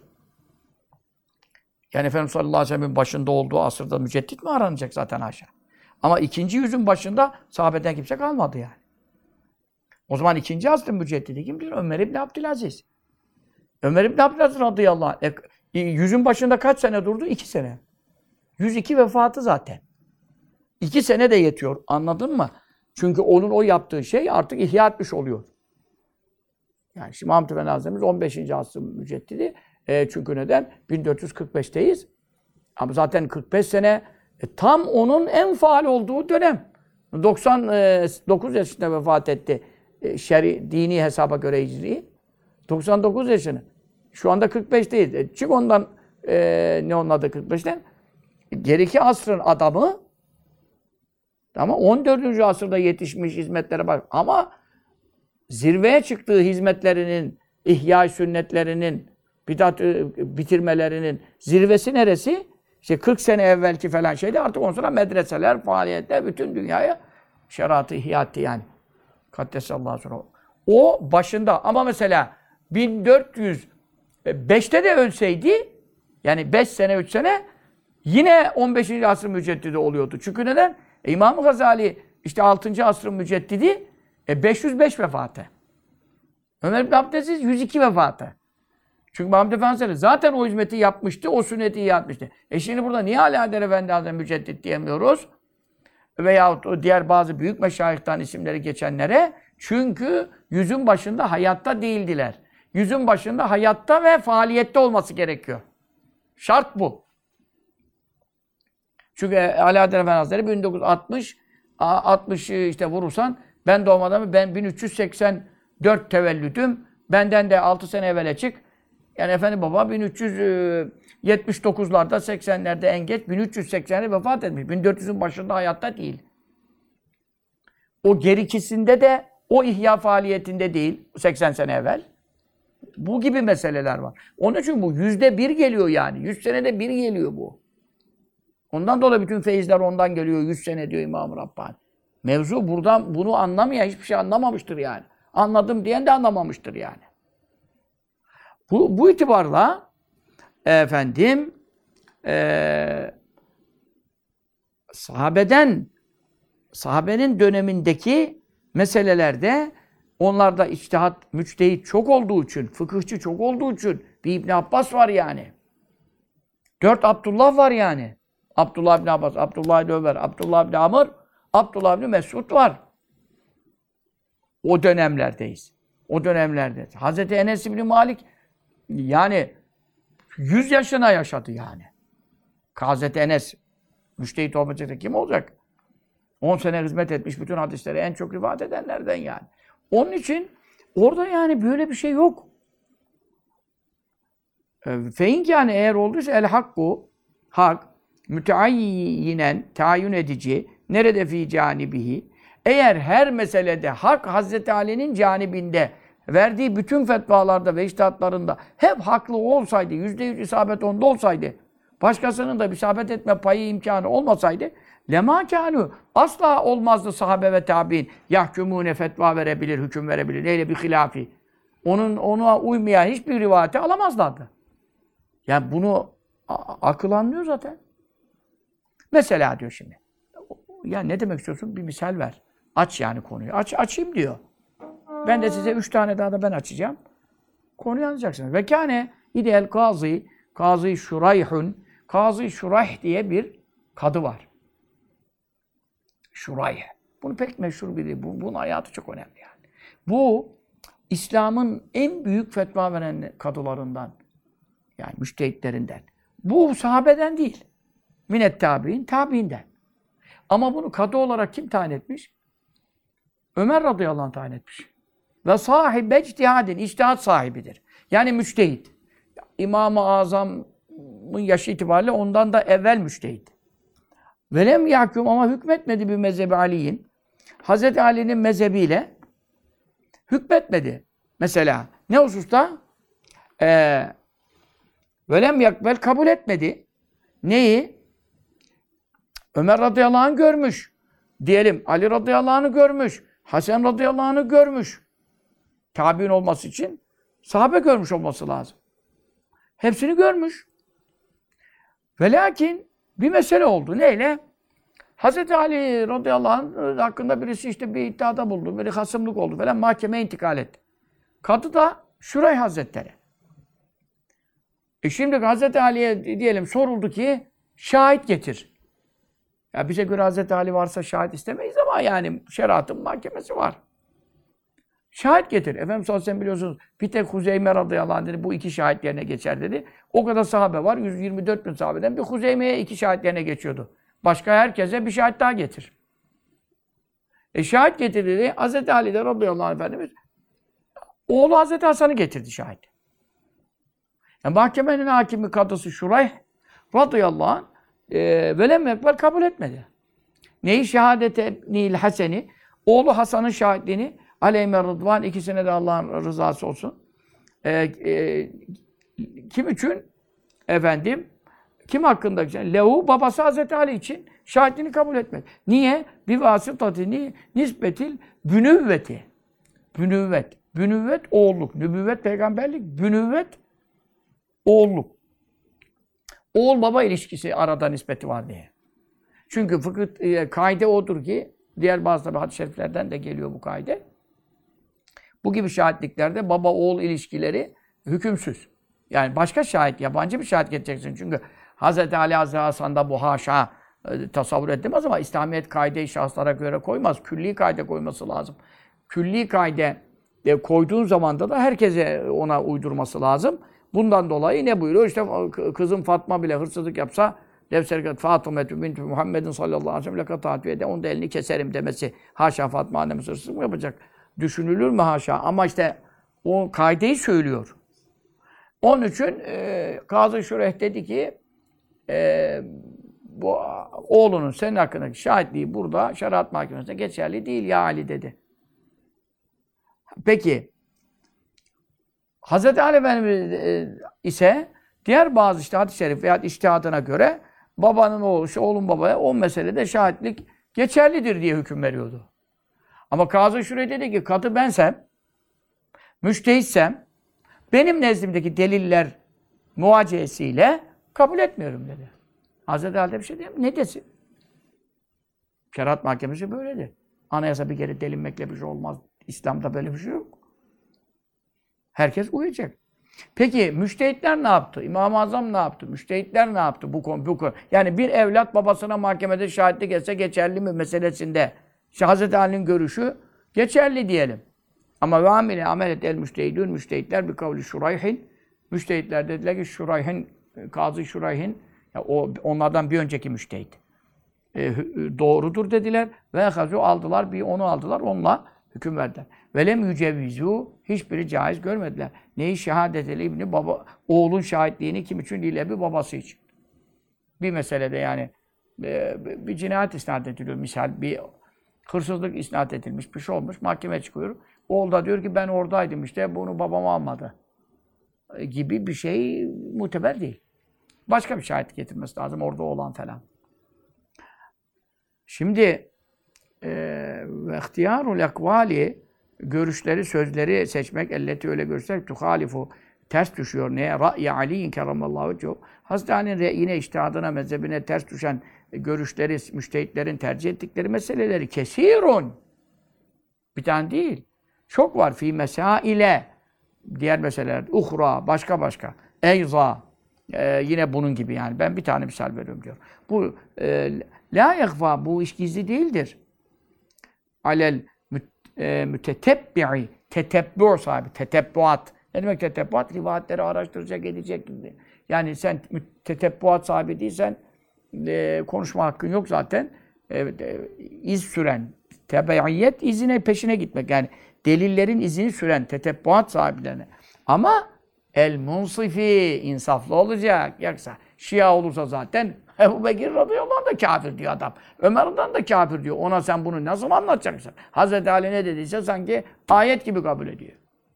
Yani Efendimiz sallallahu aleyhi ve sellem'in başında olduğu asırda müceddit mi aranacak zaten haşa? Ama ikinci yüzün başında sahabeden kimse kalmadı yani. O zaman ikinci asrın müceddidi kimdir? Ömer İbni Abdülaziz. Ömer İbni Abdülaziz radıyallahu anh. E, yüzün başında kaç sene durdu? İki sene. yüz iki vefatı zaten. İki sene de yetiyor. Anladın mı? Çünkü onun o yaptığı şey artık ihya etmiş oluyor. Yani şimdi Mahmud Efendi Hazretimiz on beşinci asrın müceddidi. E, çünkü neden? bin dört yüz kırk beşteyiz. Ama zaten kırk beş sene e, tam onun en faal olduğu dönem. doksan dokuz yaşında vefat etti. E, şer'i, dini hesaba göre hicri. doksan dokuz yaşını. Şu anda kırk beşteyiz. E, çık ondan e, ne onun adı kırk beşten? Geriki asrın adamı ama on dördüncü asırda yetişmiş hizmetlere bak. Ama zirveye çıktığı hizmetlerinin, ihya sünnetlerinin, bidat bitirmelerinin zirvesi neresi? İşte kırk sene evvelki falan şeydi. Artık ondan sonra medreseler, faaliyetler bütün dünyaya şeriatı ihya etti yani. Kaddesallahu sonra. O başında ama mesela bin dört yüz beşte de ölseydi yani beş sene, üç sene yine on beşinci asrın müceddidi oluyordu. Çünkü neden? E, İmam-ı Gazali işte altıncı asrın müceddidi e, beş yüz beş vefatı. Ömer İbni Abdülaziz yüz iki vefatı. Çünkü Mahmud Efendi zaten o hizmeti yapmıştı, o sünneti iyi yapmıştı. E şimdi burada niye Ali Adem Efendi Hazretleri müceddit diyemiyoruz? Veyahut o diğer bazı büyük meşayihtan isimleri geçenlere? Çünkü yüzün başında hayatta değildiler. Yüzün başında hayatta ve faaliyette olması gerekiyor. Şart bu. Çünkü Ali Adem Efendi Hazretleri bin dokuz yüz altmış, altmışı işte vurursan ben doğmadan ben bin üç yüz seksen dört tevellüdüm. Benden de altı sene evvel çık. Yani Efendi Baba bin üç yüz yetmiş dokuzlarda, seksenlerde en geç bin üç yüz seksende vefat etmiş. bin dört yüzün başında hayatta değil. O gerikisinde de o ihya faaliyetinde değil, seksen sene evvel. Bu gibi meseleler var. Onun için bu yüzde bir geliyor yani. Yüz senede bir geliyor bu. Ondan dolayı bütün feyizler ondan geliyor. Yüz sene diyor İmam-ı Rabbani. Mevzu buradan bunu anlamayan hiçbir şey anlamamıştır yani. Anladım diyen de anlamamıştır yani. Bu, bu itibarla efendim e, sahabeden sahabenin dönemindeki meselelerde onlarda içtihat, müçtehit çok olduğu için, fıkıhçı çok olduğu için bir İbn Abbas var yani. Dört Abdullah var yani. Abdullah ibn Abbas, Abdullah ibn Ömer, Abdullah ibn Amr, Abdullah ibn Mesud var. O dönemlerdeyiz. O dönemlerde. Hazreti Enes ibn Malik yani yüz yaşına yaşadı yani. Hazreti Enes müçtehit olmayacak kim olacak? on sene hizmet etmiş, bütün hadisleri en çok rivayet edenlerden yani. Onun için orada yani böyle bir şey yok. Feink yani eğer olduysa el hakku, hak, müteayyinen, tayin edici, nerede fi canibihi, eğer her meselede hak Hazreti Ali'nin canibinde verdiği bütün fetvalarda ve içtihatlarında hep haklı olsaydı, yüzde yüz isabet onda olsaydı, başkasının da isabet etme payı imkanı olmasaydı, lema kânû, asla olmazdı sahabe ve tabi'in yahkümûne fetva verebilir, hüküm verebilir. Neyle bir hilafi. Onun ona uymayan hiçbir rivayeti alamazlardı. Yani bunu akıl anlıyor zaten. Mesela diyor şimdi. Ya ne demek istiyorsun? Bir misal ver. Aç yani konuyu. Aç, açayım diyor. Ben de size üç tane daha da ben açacağım. Konuyu anlayacaksınız. Ve kâne idel kazı, kazı şurayhun, kazı şurayh diye bir kadı var. Şurayh. Bunu pek meşhur biri. Bu, bunun hayatı çok önemli yani. Bu İslam'ın en büyük fetva veren kadılarından. Yani müştehitlerinden. Bu sahabeden değil. Minet tabi'in, tabi'inden. Ama bunu kadı olarak kim tayin etmiş? Ömer radıyallahu anh tayin etmiş. Ve sahibe ictihadin, ictihat sahibidir. Yani müçtehit. İmam-ı Azam'ın yaşı itibariyle ondan da evvel müçtehit. Velem yahkum ama hükmetmedi bir mezhebi Ali'nin. Hazreti Ali'nin mezhebiyle hükmetmedi. Mesela ne hususta? Ee, velem yakbel kabul etmedi. Neyi? Ömer radıyallahu anh görmüş. Diyelim Ali radıyallahu anh'ı görmüş. Hasan radıyallahu anh'ı görmüş. Tabi'in olması için sahabe görmüş olması lazım. Hepsini görmüş. Ve lakin bir mesele oldu. Neyle? Hazreti Ali radıyallahu anh hakkında birisi işte bir iddiada buldu. Bir hasımlık oldu falan. Mahkemeye intikal etti. Kadı da Şuray Hazretleri. E şimdi Hazreti Ali'ye diyelim soruldu ki şahit getir. Ya bize göre Hazreti Ali varsa şahit istemeyiz ama yani şeriatın mahkemesi var. Şahit getir. Efendimiz sallallahu aleyhi ve sellem biliyorsunuz bir tek Huzeyme radıyallahu anh dedi bu iki şahit yerine geçer dedi. O kadar sahabe var. yüz yirmi dört bin sahabeden bir Huzeyme'ye iki şahit yerine geçiyordu. Başka herkese bir şahit daha getir. E şahit getir dedi. Hazreti Ali de radıyallahu anh Efendimiz oğlu Hazreti Hasan'ı getirdi şahit. Yani mahkemenin hakimi kadısı Şurayh radıyallahu anh e, velem ekber kabul etmedi. Neyi? Şehadete nil Haseni, oğlu Hasan'ın şahitliğini aleyhime rıdvan, ikisine de Allah'ın rızası olsun. E, e, kim için? Efendim, kim hakkında? Lehu, babası Hazreti Ali için şahitliğini kabul etmedi. Niye? Bir vasıtatini nisbetil bünüvveti. Bünüvvet. Bünüvvet oğulluk. Nübüvvet peygamberlik. Bünüvvet oğulluk. Oğul baba ilişkisi arada nispeti var diye. Çünkü fıkıh e, kaide odur ki diğer bazı hadis-i şeriflerden de geliyor bu kaide. Bu gibi şahitliklerde baba oğul ilişkileri hükümsüz. Yani başka şahit, yabancı bir şahit getireceksin. Çünkü Hazreti Ali Hazreti Hasan'da bu haşa e, tasavvur edilmez ama İslamiyet kaideyi şahıslara göre koymaz. Külli kaide koyması lazım. Külli kaide de koyduğun zaman da herkese ona uydurması lazım. Bundan dolayı ne buyuruyor? İşte kızım Fatma bile hırsızlık yapsa Levserkat Fatımetü binti Muhammedin sallallahu aleyhi ve sellem lekatâtü de onun da elini keserim demesi. Haşa Fatma annemiz hırsızlık mı yapacak? Düşünülür mü haşa? Ama işte o kaideyi söylüyor. Onun için e, Kazı Şureyh dedi ki e, bu oğlunun senin hakkındaki şahitliği burada şeriat mahkemesinde geçerli değil ya Ali dedi. Peki Hazreti Ali Efendimiz e, ise diğer bazı işte hadis-i şerif veya içtihadına göre babanın oğlu, işte oğlun babaya o meselede şahitlik geçerlidir diye hüküm veriyordu. Ama Kazı Şureyh dedi ki katı bensem, müştehitsem, benim nezdimdeki deliller muaciyesiyle kabul etmiyorum dedi. Hazreti Ali de bir şey diyeyim. Ne desin? Şeriat mahkemesi böyledir. Anayasa bir kere delinmekle bir şey olmaz. İslam'da böyle bir şey yok. Herkes uyacak. Peki müştehitler ne yaptı? İmam-ı Azam ne yaptı? Müştehitler ne yaptı bu konu? Bu konu. Yani bir evlat babasına mahkemede şahitlik etse geçerli mi meselesinde? İşte Hazreti Ali'nin görüşü geçerli diyelim. Ama ve amile amelet el müştehidün müştehitler bir kavli Şurayhin. Müştehitler dediler ki Şurayhin, Kazı Şurayhin, ya o onlardan bir önceki müştehit. E, doğrudur dediler ve hazu aldılar, bir onu aldılar, onunla hüküm verdiler. Velem yücevvizu hiçbiri caiz görmediler. Neyi şehadeteli ibni baba oğlun şahitliğini kim için değil bir babası için. Bir meselede yani e, bir cinayet isnat ediliyor misal bir hırsızlık isnat edilmiş bir şey olmuş mahkemeye çıkıyor. Oğul da diyor ki ben oradaydım işte bunu babam almadı e, gibi bir şey muteber değil. Başka bir şahit getirmesi lazım orada olan falan. Şimdi ve ihtiyarul ekvali görüşleri, sözleri seçmek elleti öyle görüşler tuhalifu ters düşüyor neye? Ra'yi Ali'in keramallahu vecehu. Hazreti Ali'nin re'yine, içtihadına, mezhebine ters düşen görüşleri, müştehitlerin tercih ettikleri meseleleri kesirun. Bir tane değil. Çok var. Fi mesaile diğer meseleler, uhra, başka başka. Eyza. Ee, yine bunun gibi yani. Ben bir tane misal veriyorum diyor. Bu e, la yekfa, bu iş gizli değildir. Alel e, mütetebbi'i, tetebbu sahibi, tetebbuat. Ne demek tetebbuat? Rivayetleri araştıracak, edecek gibi. Yani sen tetebbuat sahibi değilsen e, konuşma hakkın yok zaten. E, e, iz süren, tebeiyet izine peşine gitmek. Yani delillerin izini süren tetebbuat sahiplerine. Ama el munsifi, insaflı olacak. Yoksa Şia olursa zaten Ebu Bekir radıyallahu anh da kafir diyor adam. Ömer'den de kafir diyor. Ona sen bunu nasıl anlatacaksın? Hazreti Ali ne dediyse sanki ayet gibi kabul ediyor.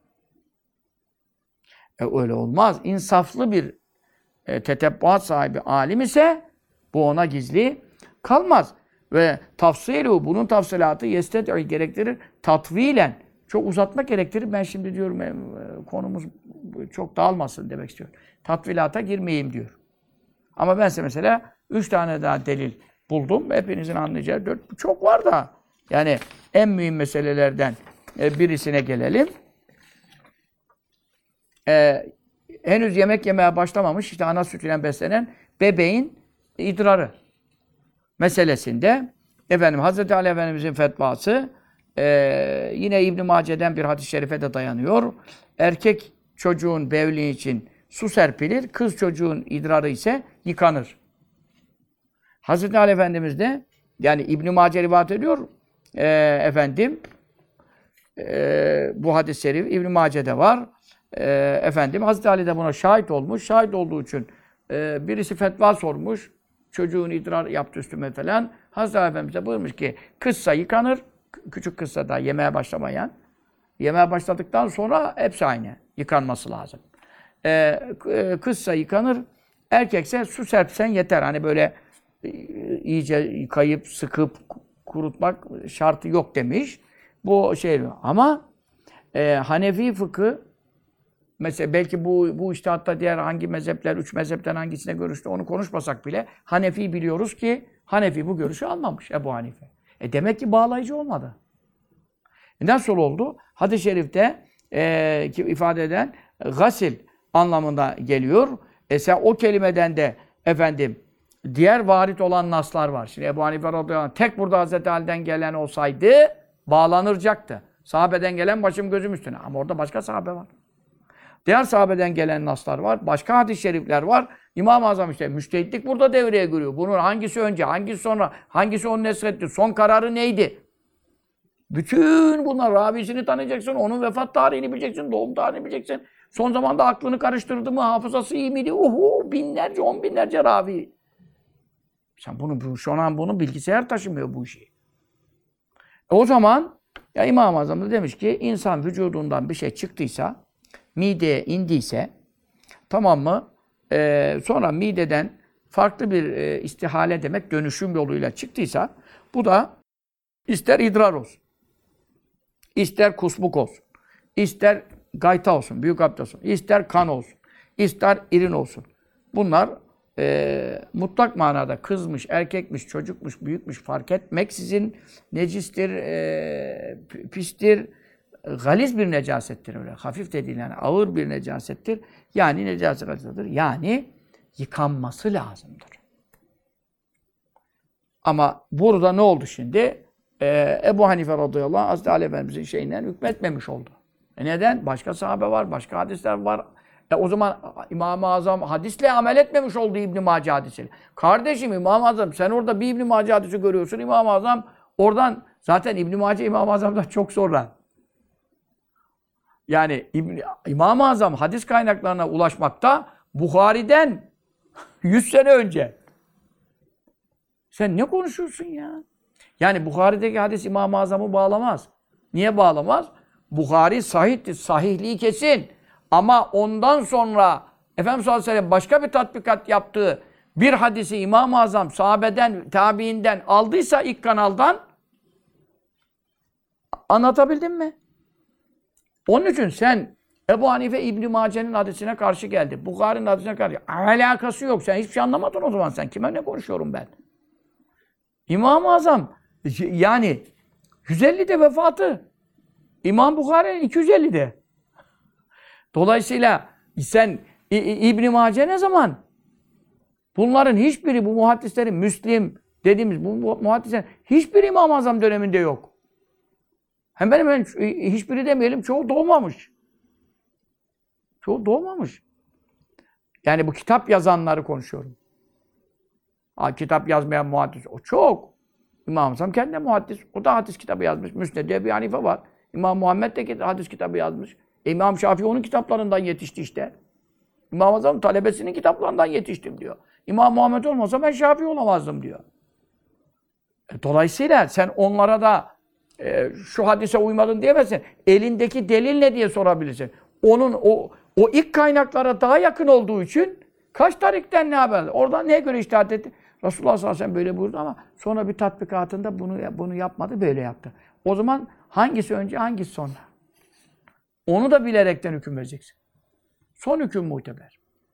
E öyle olmaz. İnsaflı bir e, tetebbuat sahibi alim ise bu ona gizli kalmaz. Ve tafsilu, bunun tafsilatı yested'i gerektirir. Tatvilen. Çok uzatmak gerektirir. Ben şimdi diyorum e, konumuz çok dağılmasın demek istiyorum. Tatvilata girmeyeyim diyor. Ama bense mesela üç tane daha delil buldum. Hepinizin anlayacağı dört, çok var da. Yani en mühim meselelerden e, birisine gelelim. E, henüz yemek yemeye başlamamış, işte ana sütüyle beslenen bebeğin idrarı meselesinde efendim Hazreti Ali Efendimizin fetvası e, yine İbn-i Mace'den bir hadis-i şerife de dayanıyor. Erkek çocuğun bevli için su serpilir, kız çocuğun idrarı ise yıkanır. Hazreti Ali Efendimiz de yani İbn-i Mace rivayet ediyor e, efendim e, bu hadis-i şerif İbn-i Mace'de var. E, efendim Hazreti Ali de buna şahit olmuş. Şahit olduğu için e, birisi fetva sormuş. Çocuğun idrar yaptı üstüme falan. Hazreti Ali Efendimiz de buyurmuş ki kızsa yıkanır. Küçük kızsa da yemeye başlamayan. Yemeye başladıktan sonra hepsi aynı. Yıkanması lazım. Ee, kızsa yıkanır, erkekse su serpsen yeter. Hani böyle iyice yıkayıp, sıkıp, kurutmak şartı yok demiş. Bu şey ama e, Hanefi fıkı mesela belki bu bu içtihatta diğer hangi mezhepler, üç mezhepten hangisine görüştü onu konuşmasak bile Hanefi biliyoruz ki Hanefi bu görüşü almamış Ebu Hanife. E demek ki bağlayıcı olmadı. E nasıl oldu? Hadis-i şerifte e, ki ifade eden gasil anlamında geliyor. E sen o kelimeden de efendim diğer varit olan naslar var. Şimdi Ebu Hanife radıyallahu anh tek burada Hazreti Ali'den gelen olsaydı bağlanılacaktı. Sahabeden gelen başım gözüm üstüne. Ama orada başka sahabe var. Diğer sahabeden gelen naslar var. Başka hadis-i şerifler var. İmam-ı Azam işte müştehitlik burada devreye giriyor. Bunun hangisi önce, hangisi sonra, hangisi onu nesretti, son kararı neydi? Bütün bunlar ravisini tanıyacaksın, onun vefat tarihini bileceksin, doğum tarihini bileceksin. Son zamanda aklını karıştırdı mı? Hafızası iyi miydi? Uhu, binlerce, on binlerce ravi. Sen bunu, bu, şu an bunu bilgisayar taşımıyor bu işi. E o zaman ya İmam-ı Azam da demiş ki insan vücudundan bir şey çıktıysa, mideye indiyse, tamam mı? Ee, sonra mideden farklı bir e, istihale demek, dönüşüm yoluyla çıktıysa, bu da ister idrar olsun, ister kusmuk olsun, ister gayta olsun, büyük abdest olsun, ister kan olsun, ister irin olsun. Bunlar e, mutlak manada kızmış, erkekmiş, çocukmuş, büyükmüş fark etmeksizin necistir, e, pistir, galiz bir necasettir öyle. Hafif dediğin yani ağır bir necasettir. Yani necasettir. Yani yıkanması lazımdır. Ama burada ne oldu şimdi? Ee, Ebu Hanife radıyallahu anh Hazreti Ali Efendimiz'in şeyinden hükmetmemiş oldu. E neden? Başka sahabe var, başka hadisler var. E o zaman İmam-ı Azam hadisle amel etmemiş oldu İbn-i Mace hadisiyle. Kardeşim İmam-ı Azam sen orada bir İbn-i Mace hadisi görüyorsun. İmam-ı Azam oradan zaten İbn-i Mace İmam-ı Azam'dan çok sonra. Yani İmam-ı Azam hadis kaynaklarına ulaşmakta Buhari'den yüz sene önce. Sen ne konuşuyorsun ya? Yani Buhari'deki hadis İmam-ı Azam'ı bağlamaz. Niye bağlamaz? Buhari sahihtir, sahihliği kesin. Ama ondan sonra Efendimiz sallallahu aleyhi ve sellem başka bir tatbikat yaptığı bir hadisi İmam-ı Azam sahabeden, tabiinden aldıysa ilk kanaldan anlatabildim mi? Onun için sen Ebu Hanife İbn-i Mace'nin hadisine karşı geldi. Bukhari'nin hadisine karşı. Alakası yok. Sen hiçbir şey anlamadın o zaman sen. Kime ne konuşuyorum ben? İmam-ı Azam yani yüz ellide vefatı. İmam Bukhari'nin iki yüz ellide. Dolayısıyla sen İbn-i Mace ne zaman? Bunların hiçbiri bu muhaddislerin Müslim dediğimiz bu muhaddislerin hiçbir İmam-ı Azam döneminde yok. Hem benim ben hiçbiri demeyelim çoğu doğmamış. Çoğu doğmamış. Yani bu kitap yazanları konuşuyorum. Ha, kitap yazmayan muhaddis o çok. İmam-ı Azam kendi muhaddis. O da hadis kitabı yazmış. Müsned-i Ebi Hanife var. İmam Muhammed de hadis kitabı yazmış. İmam Şafii onun kitaplarından yetişti işte. İmam-ı Azam talebesinin kitaplarından yetiştim diyor. İmam Muhammed olmasa ben Şafii olamazdım diyor. E, dolayısıyla sen onlara da e, şu hadise uymadın diyemezsin. Elindeki delil ne diye sorabilirsin. Onun o o ilk kaynaklara daha yakın olduğu için kaç tarikten ne haber? Oradan neye göre iştihat etti? Resulullah sallallahu aleyhi ve sellem böyle buyurdu ama sonra bir tatbikatında bunu bunu yapmadı, böyle yaptı. O zaman hangisi önce, hangisi sonra? Onu da bilerekten hüküm vereceksin. Son hüküm muteber.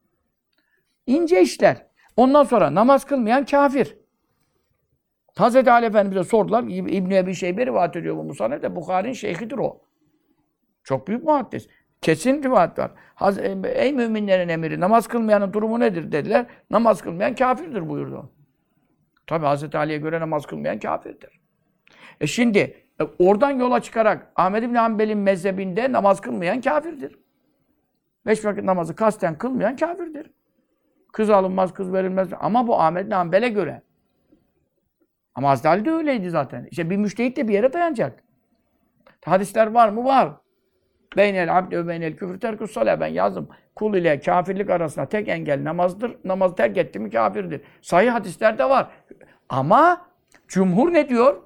İnce işler. Ondan sonra namaz kılmayan kafir. Hazreti Ali Efendimiz'e sordular. İbn-i Ebi Şeybe rivayet ediyor bu Musannef'te. Bukhari'nin şeyhidir o. Çok büyük muhaddis. Kesin rivayet var. Haz Ey müminlerin emiri, namaz kılmayanın durumu nedir dediler. Namaz kılmayan kafirdir buyurdu. Tabi Hazreti Ali'ye göre namaz kılmayan kafirdir. E şimdi e, oradan yola çıkarak Ahmed İbn Hanbel'in mezhebinde namaz kılmayan kafirdir. Beş vakit namazı kasten kılmayan kafirdir. Kız alınmaz, kız verilmez. Ama bu Ahmed İbn Hanbel'e göre. Ama Hazreti Ali de öyleydi zaten. İşte bir müştehit de bir yere dayanacak. Hadisler var mı? Var. Beynel abd ve beynel küfür terkus salâ. Ben yazdım. Kul ile kafirlik arasında tek engel namazdır. Namazı terk etti mi kafirdir. Sahih hadisler de var. Ama cumhur ne diyor?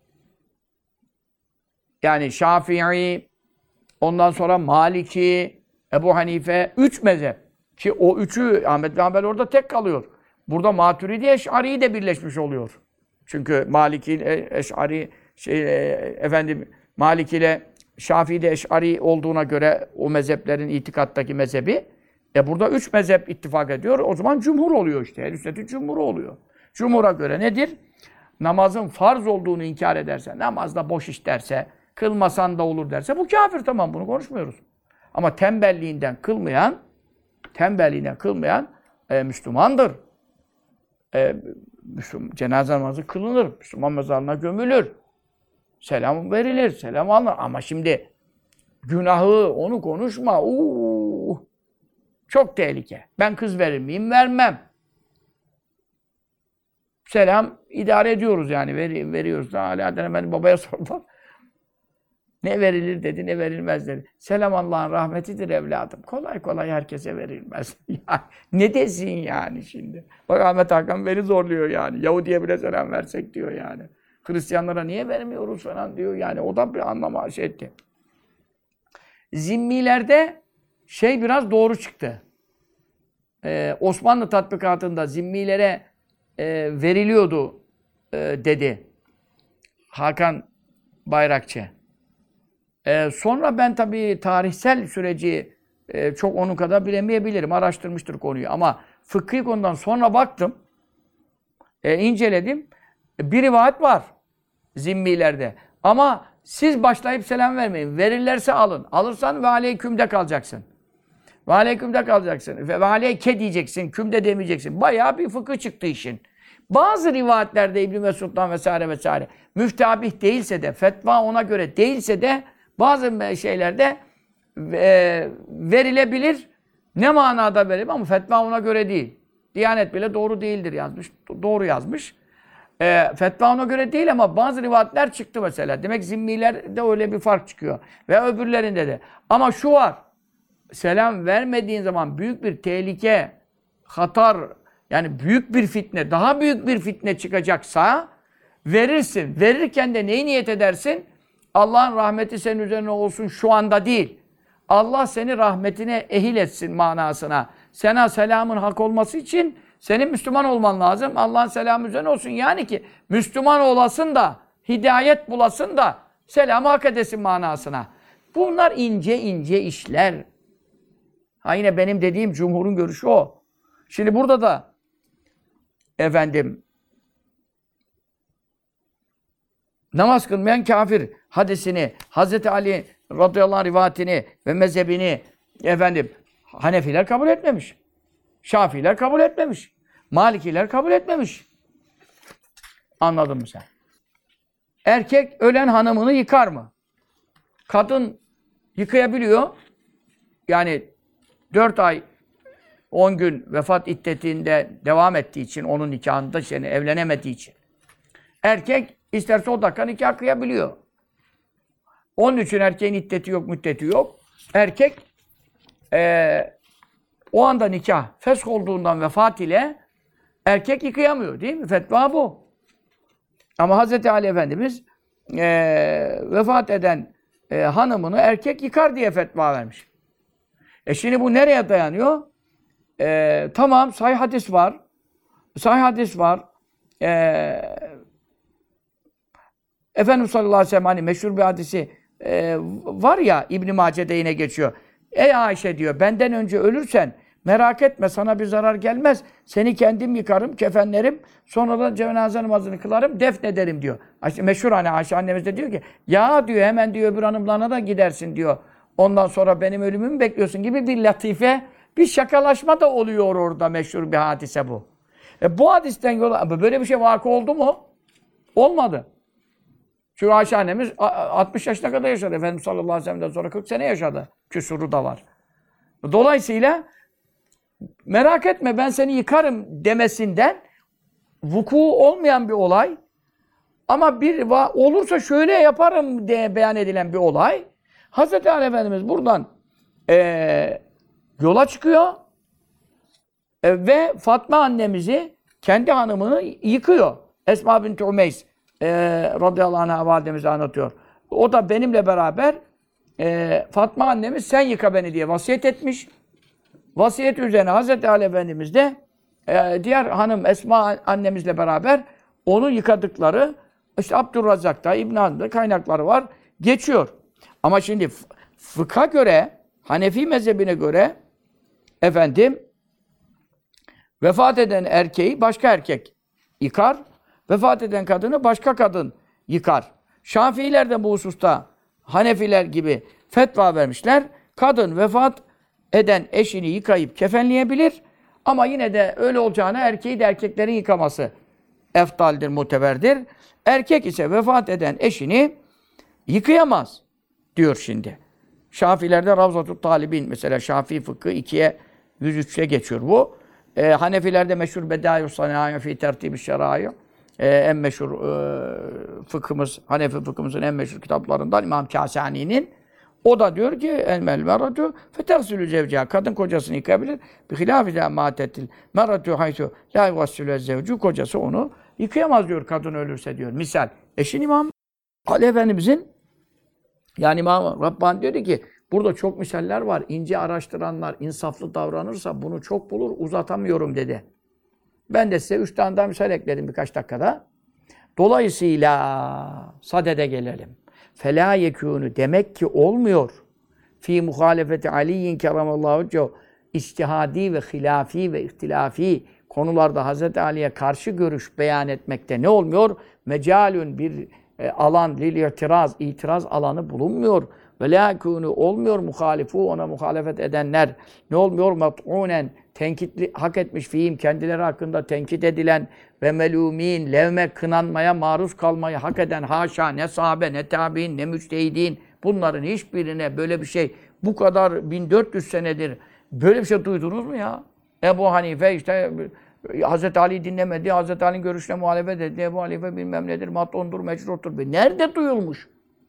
Yani Şafii, ondan sonra Maliki, Ebu Hanife, üç mezhep. Ki o üçü, Ahmed bin Hanbel orada tek kalıyor. Burada Maturidi Eş'ari de birleşmiş oluyor. Çünkü Maliki, Eş'ari, şey, efendim, Maliki ile Şafii de Eş'ari olduğuna göre o mezheplerin itikattaki mezhebi. E burada üç mezhep ittifak ediyor. O zaman cumhur oluyor işte. Ehl-i sünnetin cumhuru oluyor. Cumhura göre nedir? Namazın farz olduğunu inkar ederse, namazda boş iş derse, kılmasan da olur derse bu kafir, tamam, bunu konuşmuyoruz. Ama tembelliğinden kılmayan, tembelliğinden kılmayan e, Müslümandır. E, Müslüman, cenaze namazı kılınır. Müslüman mezarına gömülür. Selam verilir, selam alınır. Ama şimdi günahı, onu konuşma. Uuu, çok tehlike. Ben kız verir miyim? Vermem. Selam idare ediyoruz yani. Ver, veriyoruz. Hala beni babaya sordular. Ne verilir dedi, ne verilmez dedi. Selam Allah'ın rahmetidir evladım. Kolay kolay herkese verilmez. Ya, ne desin yani şimdi? Bak Ahmet Hakan beni zorluyor yani. Yahudi'ye bile selam versek diyor yani. Hristiyanlara niye vermiyoruz falan diyor yani. O da bir anlama şey etti. Zimmilerde şey biraz doğru çıktı. Ee, Osmanlı tatbikatında zimmilere e, veriliyordu e, dedi Hakan Bayrakçı. Ee, sonra ben tabii tarihsel süreci e, çok onun kadar bilemeyebilirim. Araştırmıştır konuyu ama fıkhi konudan sonra baktım, e, inceledim. Bir rivayet var zimmilerde. Ama siz başlayıp selam vermeyin. Verirlerse alın. Alırsan ve aleykümde kalacaksın. Ve aleykümde kalacaksın. Ve aleyke diyeceksin. Kümde demeyeceksin. Bayağı bir fıkıh çıktı işin. Bazı rivayetlerde İbn Mesud'dan vesaire vesaire müftabih değilse de, fetva ona göre değilse de bazı şeylerde e, verilebilir. Ne manada verilir ama fetva ona göre değil. Diyanet bile doğru değildir yazmış. Doğru yazmış. E, fetva ona göre değil ama bazı rivayetler çıktı mesela. Demek zimmilerde öyle bir fark çıkıyor. Ve öbürlerinde de. Ama şu var. Selam vermediğin zaman büyük bir tehlike, hatar, yani büyük bir fitne, daha büyük bir fitne çıkacaksa verirsin. Verirken de neyi niyet edersin? Allah'ın rahmeti senin üzerine olsun şu anda değil. Allah seni rahmetine ehil etsin manasına. Sana selamın hak olması için senin Müslüman olman lazım. Allah'ın selamı üzerine olsun. Yani ki Müslüman olasın da, hidayet bulasın da selamı hak edesin manasına. Bunlar ince ince işler. Ha yine benim dediğim cumhurun görüşü o. Şimdi burada da efendim namaz kılmayan kafir hadisini, Hazreti Ali radıyallahu anh rivayetini ve mezhebini efendim Hanefiler kabul etmemiş. Şafiiler kabul etmemiş. Malikiler kabul etmemiş. Anladın mı sen? Erkek ölen hanımını yıkar mı? Kadın yıkayabiliyor. Yani dört ay on gün vefat iddetinde devam ettiği için, onun nikahında yani evlenemediği için. Erkek isterse o dakika nikah kıyabiliyor. Onun için erkeğin iddeti yok, müddeti yok. Erkek ee, o anda nikah fesk olduğundan vefat ile erkek yıkayamıyor değil mi? Fetva bu. Ama Hazreti Ali Efendimiz ee, vefat eden ee, hanımını erkek yıkar diye fetva vermiş. E şimdi bu nereye dayanıyor? Ee, tamam, sahih hadis var. Sahih hadis var. Ee, Efendimiz sallallahu aleyhi ve sellem hani meşhur bir hadisi e, var ya, İbn-i Mace'de yine geçiyor. Ey Ayşe diyor, benden önce ölürsen merak etme, sana bir zarar gelmez. Seni kendim yıkarım, kefenlerim. Sonra da cenaze namazını kılarım, defnederim diyor. Ayşe, meşhur hani Ayşe annemiz de diyor ki, ya diyor hemen diyor öbür hanımlarına da gidersin diyor. Ondan sonra benim ölümümü bekliyorsun gibi bir latife, bir şakalaşma da oluyor orada, meşhur bir hadise bu. E bu hadisten yola, böyle bir şey vakı oldu mu? Olmadı. Çünkü Ayşe annemiz altmış yaşına kadar yaşadı. Efendimiz sallallahu aleyhi ve sellem'den sonra kırk sene yaşadı. Küsuru da var. Dolayısıyla merak etme ben seni yıkarım demesinden vuku olmayan bir olay ama bir olursa şöyle yaparım diye beyan edilen bir olay. Hazreti Ali Efendimiz buradan e, yola çıkıyor e, ve Fatma annemizi, kendi hanımını yıkıyor. Esma bint Umeys e, radıyallahu anh'a validemizi anlatıyor. O da benimle beraber e, Fatma annemiz sen yıka beni diye vasiyet etmiş. Vasiyet üzerine Hazreti Ali Efendimiz de e, diğer hanım Esma annemizle beraber onu yıkadıkları işte Abdurrazzak'ta, İbn Hazm'da kaynakları var. Geçiyor. Ama şimdi fıkha göre, Hanefi mezhebine göre efendim vefat eden erkeği başka erkek yıkar, vefat eden kadını başka kadın yıkar. Şafiiler de bu hususta Hanefiler gibi fetva vermişler. Kadın vefat eden eşini yıkayıp kefenleyebilir ama yine de öyle olacağına erkeği de erkeklerin yıkaması eftaldir, muteberdir. Erkek ise vefat eden eşini yıkayamaz diyor şimdi. Şafilerde Ravzatut Talibin mesela Şafii fıkhı ikiye yüz üçe geçiyor bu. Ee, Hanefilerde meşhur Bedâiyus Sanâi fî tertîb-i şerâi. e, en meşhur e, fıkhımız, Hanefi fıkhımızın en meşhur kitaplarından İmam Kâsani'nin. O da diyor ki el meratu fetersilü zevciha, kadın kocasını yıkayabilir. Bi hilâfi zâ mâtetil meratu haythu lâ yugassilü zevcu, kocası onu yıkayamaz diyor kadın ölürse diyor. Misal. E şimdi İmam Ali Efendimizin, yani İmam Rabbani diyor ki burada çok misaller var. İnce araştıranlar insaflı davranırsa bunu çok bulur, uzatamıyorum dedi. Ben de size üç tane daha misal ekledim birkaç dakikada. Dolayısıyla sadede gelelim. Felâ yekûnü, demek ki olmuyor. Fî muhalefeti Ali'yin keramallahu vecehu, içtihadi ve hilafi ve ihtilafi konularda Hazreti Ali'ye karşı görüş beyan etmekte ne olmuyor? Mecalün, bir e, alan, lil itiraz, itiraz alanı bulunmuyor. Ve lâ yekûnü, olmuyor muhalifu, ona muhalefet edenler. Ne olmuyor? Mat'ûnen, tenkitli, hak etmiş fiim, kendileri hakkında tenkit edilen ve melûmîn, levme, kınanmaya maruz kalmayı hak eden, haşa, ne sahabe, ne tabi'in, ne müçtehidin, bunların hiçbirine böyle bir şey, bu kadar bin dört yüz senedir böyle bir şey duydunuz mu ya? Ebu Hanife işte Hazreti Ali dinlemedi, Hazreti Ali'nin görüşüne muhalefet etti, Ebu Hanife bilmem nedir, matondur, mecrurtur. Nerede duyulmuş?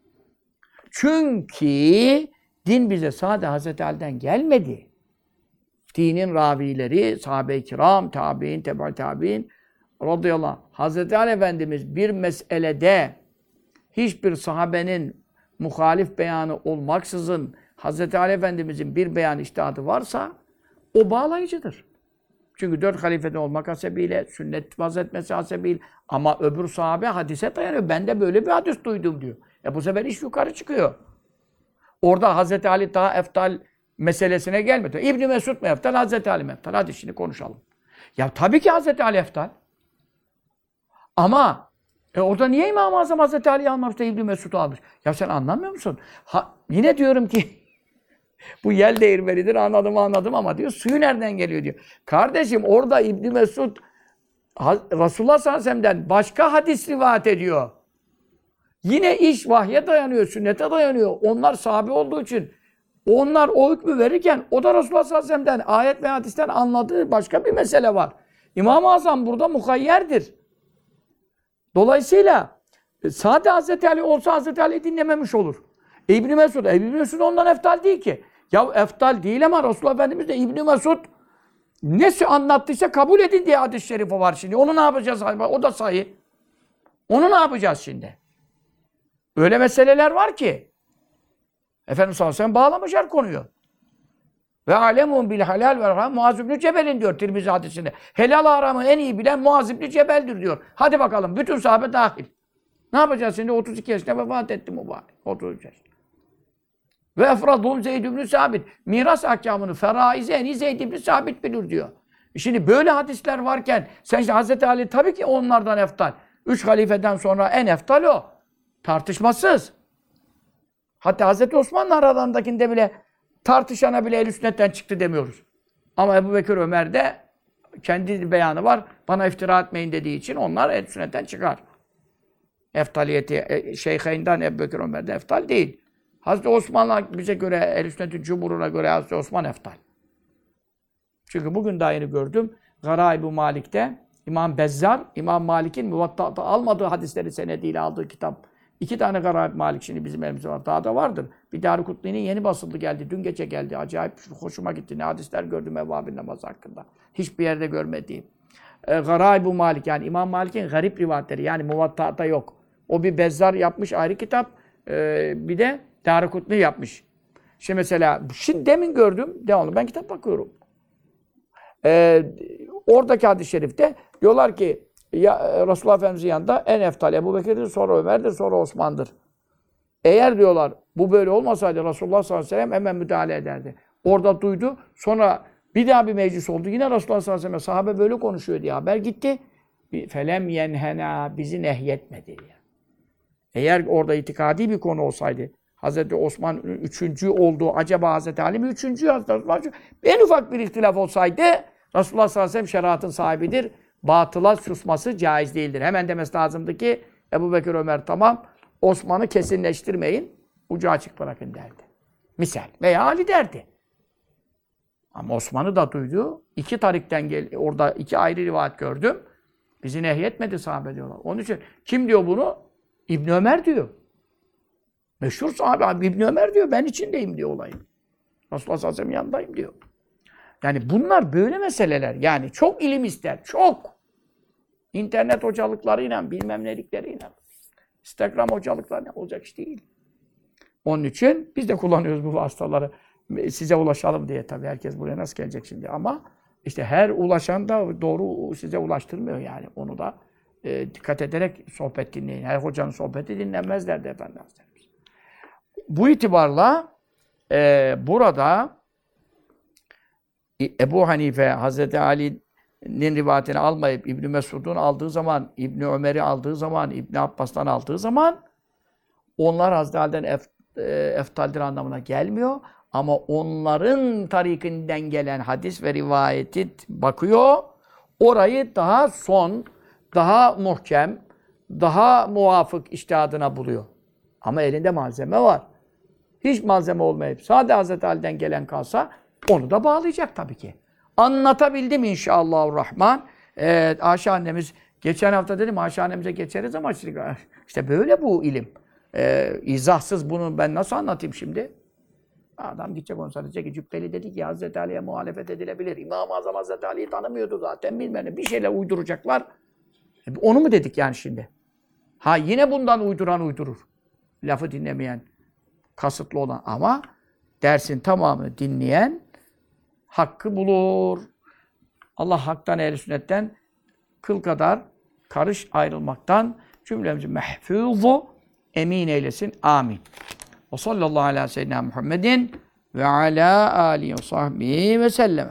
Çünkü din bize sadece Hazreti Ali'den gelmedi. Dinin ravileri, sahabe-i kiram, tabi'in, teba tabi'in radıyallahu anh. Hazreti Ali Efendimiz bir meselede hiçbir sahabenin muhalif beyanı olmaksızın Hazreti Ali Efendimizin bir beyan içtihadı varsa o bağlayıcıdır. Çünkü dört halifede olmak hasebiyle, sünnet vazetmesi hasebiyle, ama öbür sahabe hadise dayanıyor. Ben de böyle bir hadis duydum diyor. E bu sefer iş yukarı çıkıyor. Orada Hazreti Ali daha eftal meselesine gelmedi. İbn Mesud mu eftal, Hazreti Ali mi eftal? Hadi şimdi konuşalım. Ya tabii ki Hazreti Ali eftal. Ama e orada niye İmam-ı Azam Hazreti Ali'yi almamış da İbn Mesud'u almış? Ya sen anlamıyor musun? Ha, yine diyorum ki bu yel değirmenidir, anladım anladım ama diyor suyu nereden geliyor diyor. Kardeşim orada İbn Mesud Resulullah sallallahu aleyhi ve sellem'den başka hadis rivayet ediyor. Yine iş vahye dayanıyor, sünnete dayanıyor. Onlar sahabe olduğu için onlar o hükmü verirken o da Resulullah sallallahu aleyhi ve sellem'den, ayet ve hadisten anladığı başka bir mesele var. İmam-ı Azam burada muhayyerdir. Dolayısıyla sade Hazreti Ali olsa Hazreti Ali'yi dinlememiş olur. İbn Mesud, İbn Mesud ondan eftal değil ki. Ya eftal değil ama Resulullah Efendimiz de İbn Mesud nesi anlattıysa kabul edin diye hadis-i şerifi var şimdi. Onu ne yapacağız? O da sahih. Onu ne yapacağız şimdi? Öyle meseleler var ki Efendimiz sallallahu aleyhi ve sellem bağlamışlar konuyu. Ve alemun bil halal ve haram Muaz ibn Cebel'in diyor Tirmizi hadisinde. Helal haramı en iyi bilen Muaz ibn Cebel'dir diyor. Hadi bakalım bütün sahabe dahil. Ne yapacağız şimdi? otuz iki yaşında vefat etti mübarek. otuz üç yaşında. Ve efradum Zeyd ibn Sabit. Miras ahkamını, feraizi en iyi Zeyd ibn Sabit bilir diyor. Şimdi böyle hadisler varken sen işte Hazreti Ali tabii ki onlardan eftal. Üç halifeden sonra en eftal o. Tartışmasız. Hatta Hazreti Osman'la aralarındakinde bile tartışana bile el sünnetten çıktı demiyoruz. Ama Ebu Bekir Ömer'de kendi beyanı var. Bana iftira etmeyin dediği için onlar el sünnetten çıkar. Eftaliyeti Şeyheyn'den Ebu Bekir Ömer'de eftal değil. Hazreti Osman'la bize göre, el sünnetin cumhuruna göre Hazreti Osman eftal. Çünkü bugün daha yeni gördüm. Garaib-i Malik'te İmam Bezzar, İmam Malik'in Muvatta'da almadığı hadisleri senediyle aldığı kitap. İki tane Garaib-i Malik şimdi bizim elimizde var. Daha da vardır. Bir Darukutni'nin yeni basıldı geldi. Dün gece geldi. Acayip hoşuma gitti. Ne hadisler gördüm evvabin namazı hakkında. Hiçbir yerde görmediğim. E, Garaib-i Malik yani İmam Malik'in garip rivayetleri. Yani Muvatta'da yok. O bir Bezzar yapmış ayrı kitap. E, bir de Darukutni yapmış. Şimdi mesela şimdi demin gördüm. Devamlı ben kitap bakıyorum. E, oradaki hadis-i şerifte diyorlar ki ya, Resulullah Efendimiz'in yanında en eftal Ebu Bekir'dir, sonra Ömer'dir, sonra Osman'dır. Eğer diyorlar bu böyle olmasaydı Resulullah sallallahu aleyhi ve sellem hemen müdahale ederdi. Orada duydu. Sonra bir daha bir meclis oldu. Yine Resulullah sallallahu aleyhi ve sellem sahabe böyle konuşuyor diye haber gitti. Felem yenhena, bizi nehyetmedi diye. Eğer orada itikadi bir konu olsaydı Hazreti Osman üçüncü olduğu, acaba Hazreti Ali mi üçüncü, Hazreti Osman üçüncü, en ufak bir ihtilaf olsaydı Resulullah sallallahu aleyhi ve sellem şeriatın sahibidir. Batıla susması caiz değildir. Hemen demesi lazımdı ki Ebu Bekir Ömer tamam, Osman'ı kesinleştirmeyin, ucu açık bırakın derdi. Misal. Veya Ali derdi. Ama Osman'ı da duydu. İki tarikten gel, orada iki ayrı rivayet gördüm. Bizi nehyetmedi sahabe diyorlar. Onun için kim diyor bunu? İbn Ömer diyor. Meşhur sahabe İbn Ömer diyor. Ben içindeyim diyor olayın. Resulullah sallallahu aleyhi ve sellem yanındayım diyor. Yani bunlar böyle meseleler. Yani çok ilim ister. Çok. İnternet hocalıklarıyla, bilmem nelikleriyle. Instagram hocalıklarıyla olacak iş değil. Onun için biz de kullanıyoruz bu vasıtaları. Size ulaşalım diye tabii. Herkes buraya nasıl gelecek şimdi? Ama işte her ulaşan da doğru size ulaştırmıyor yani. Onu da e, dikkat ederek sohbet dinleyin. Her hocanın sohbeti dinlenmez derdi Efendi Hazretlerimiz. Bu itibarla e, burada Ebu Hanife, Hazreti Ali'nin rivayetini almayıp İbn Mesud'un aldığı zaman, İbn Ömer'i aldığı zaman, İbn Abbas'tan aldığı zaman onlar Hazreti Ali'den ef, e, eftaldir anlamına gelmiyor. Ama onların tarikinden gelen hadis ve rivayeti bakıyor, orayı daha son, daha muhkem, daha muvafık içtihadına buluyor. Ama elinde malzeme var. Hiç malzeme olmayıp sade Hazreti Ali'den gelen kalsa onu da bağlayacak tabii ki. Anlatabildim inşallahurrahman. Ee, Ayşe annemiz, geçen hafta dedim Ayşe annemize geçeriz ama işte böyle bu ilim. Ee, izahsız bunu ben nasıl anlatayım şimdi? Adam gidecek onu sadece ki Cübbeli dedi ki Hazreti Ali'ye muhalefet edilebilir. İmam-ı Azam Hazreti Ali'yi tanımıyordu zaten bilmem ne. Bir şeyle uyduracaklar. E, onu mu dedik yani şimdi? Ha yine bundan uyduran uydurur. Lafı dinlemeyen, kasıtlı olan ama dersin tamamını dinleyen hakkı bulur. Allah haktan, ehl-i sünnetten kıl kadar karış ayrılmaktan cümlemizi mehfuzu emin eylesin. Amin. Ve sallallahu ala seyyidina Muhammedin ve ala alihi ve sahbihi ve selleme.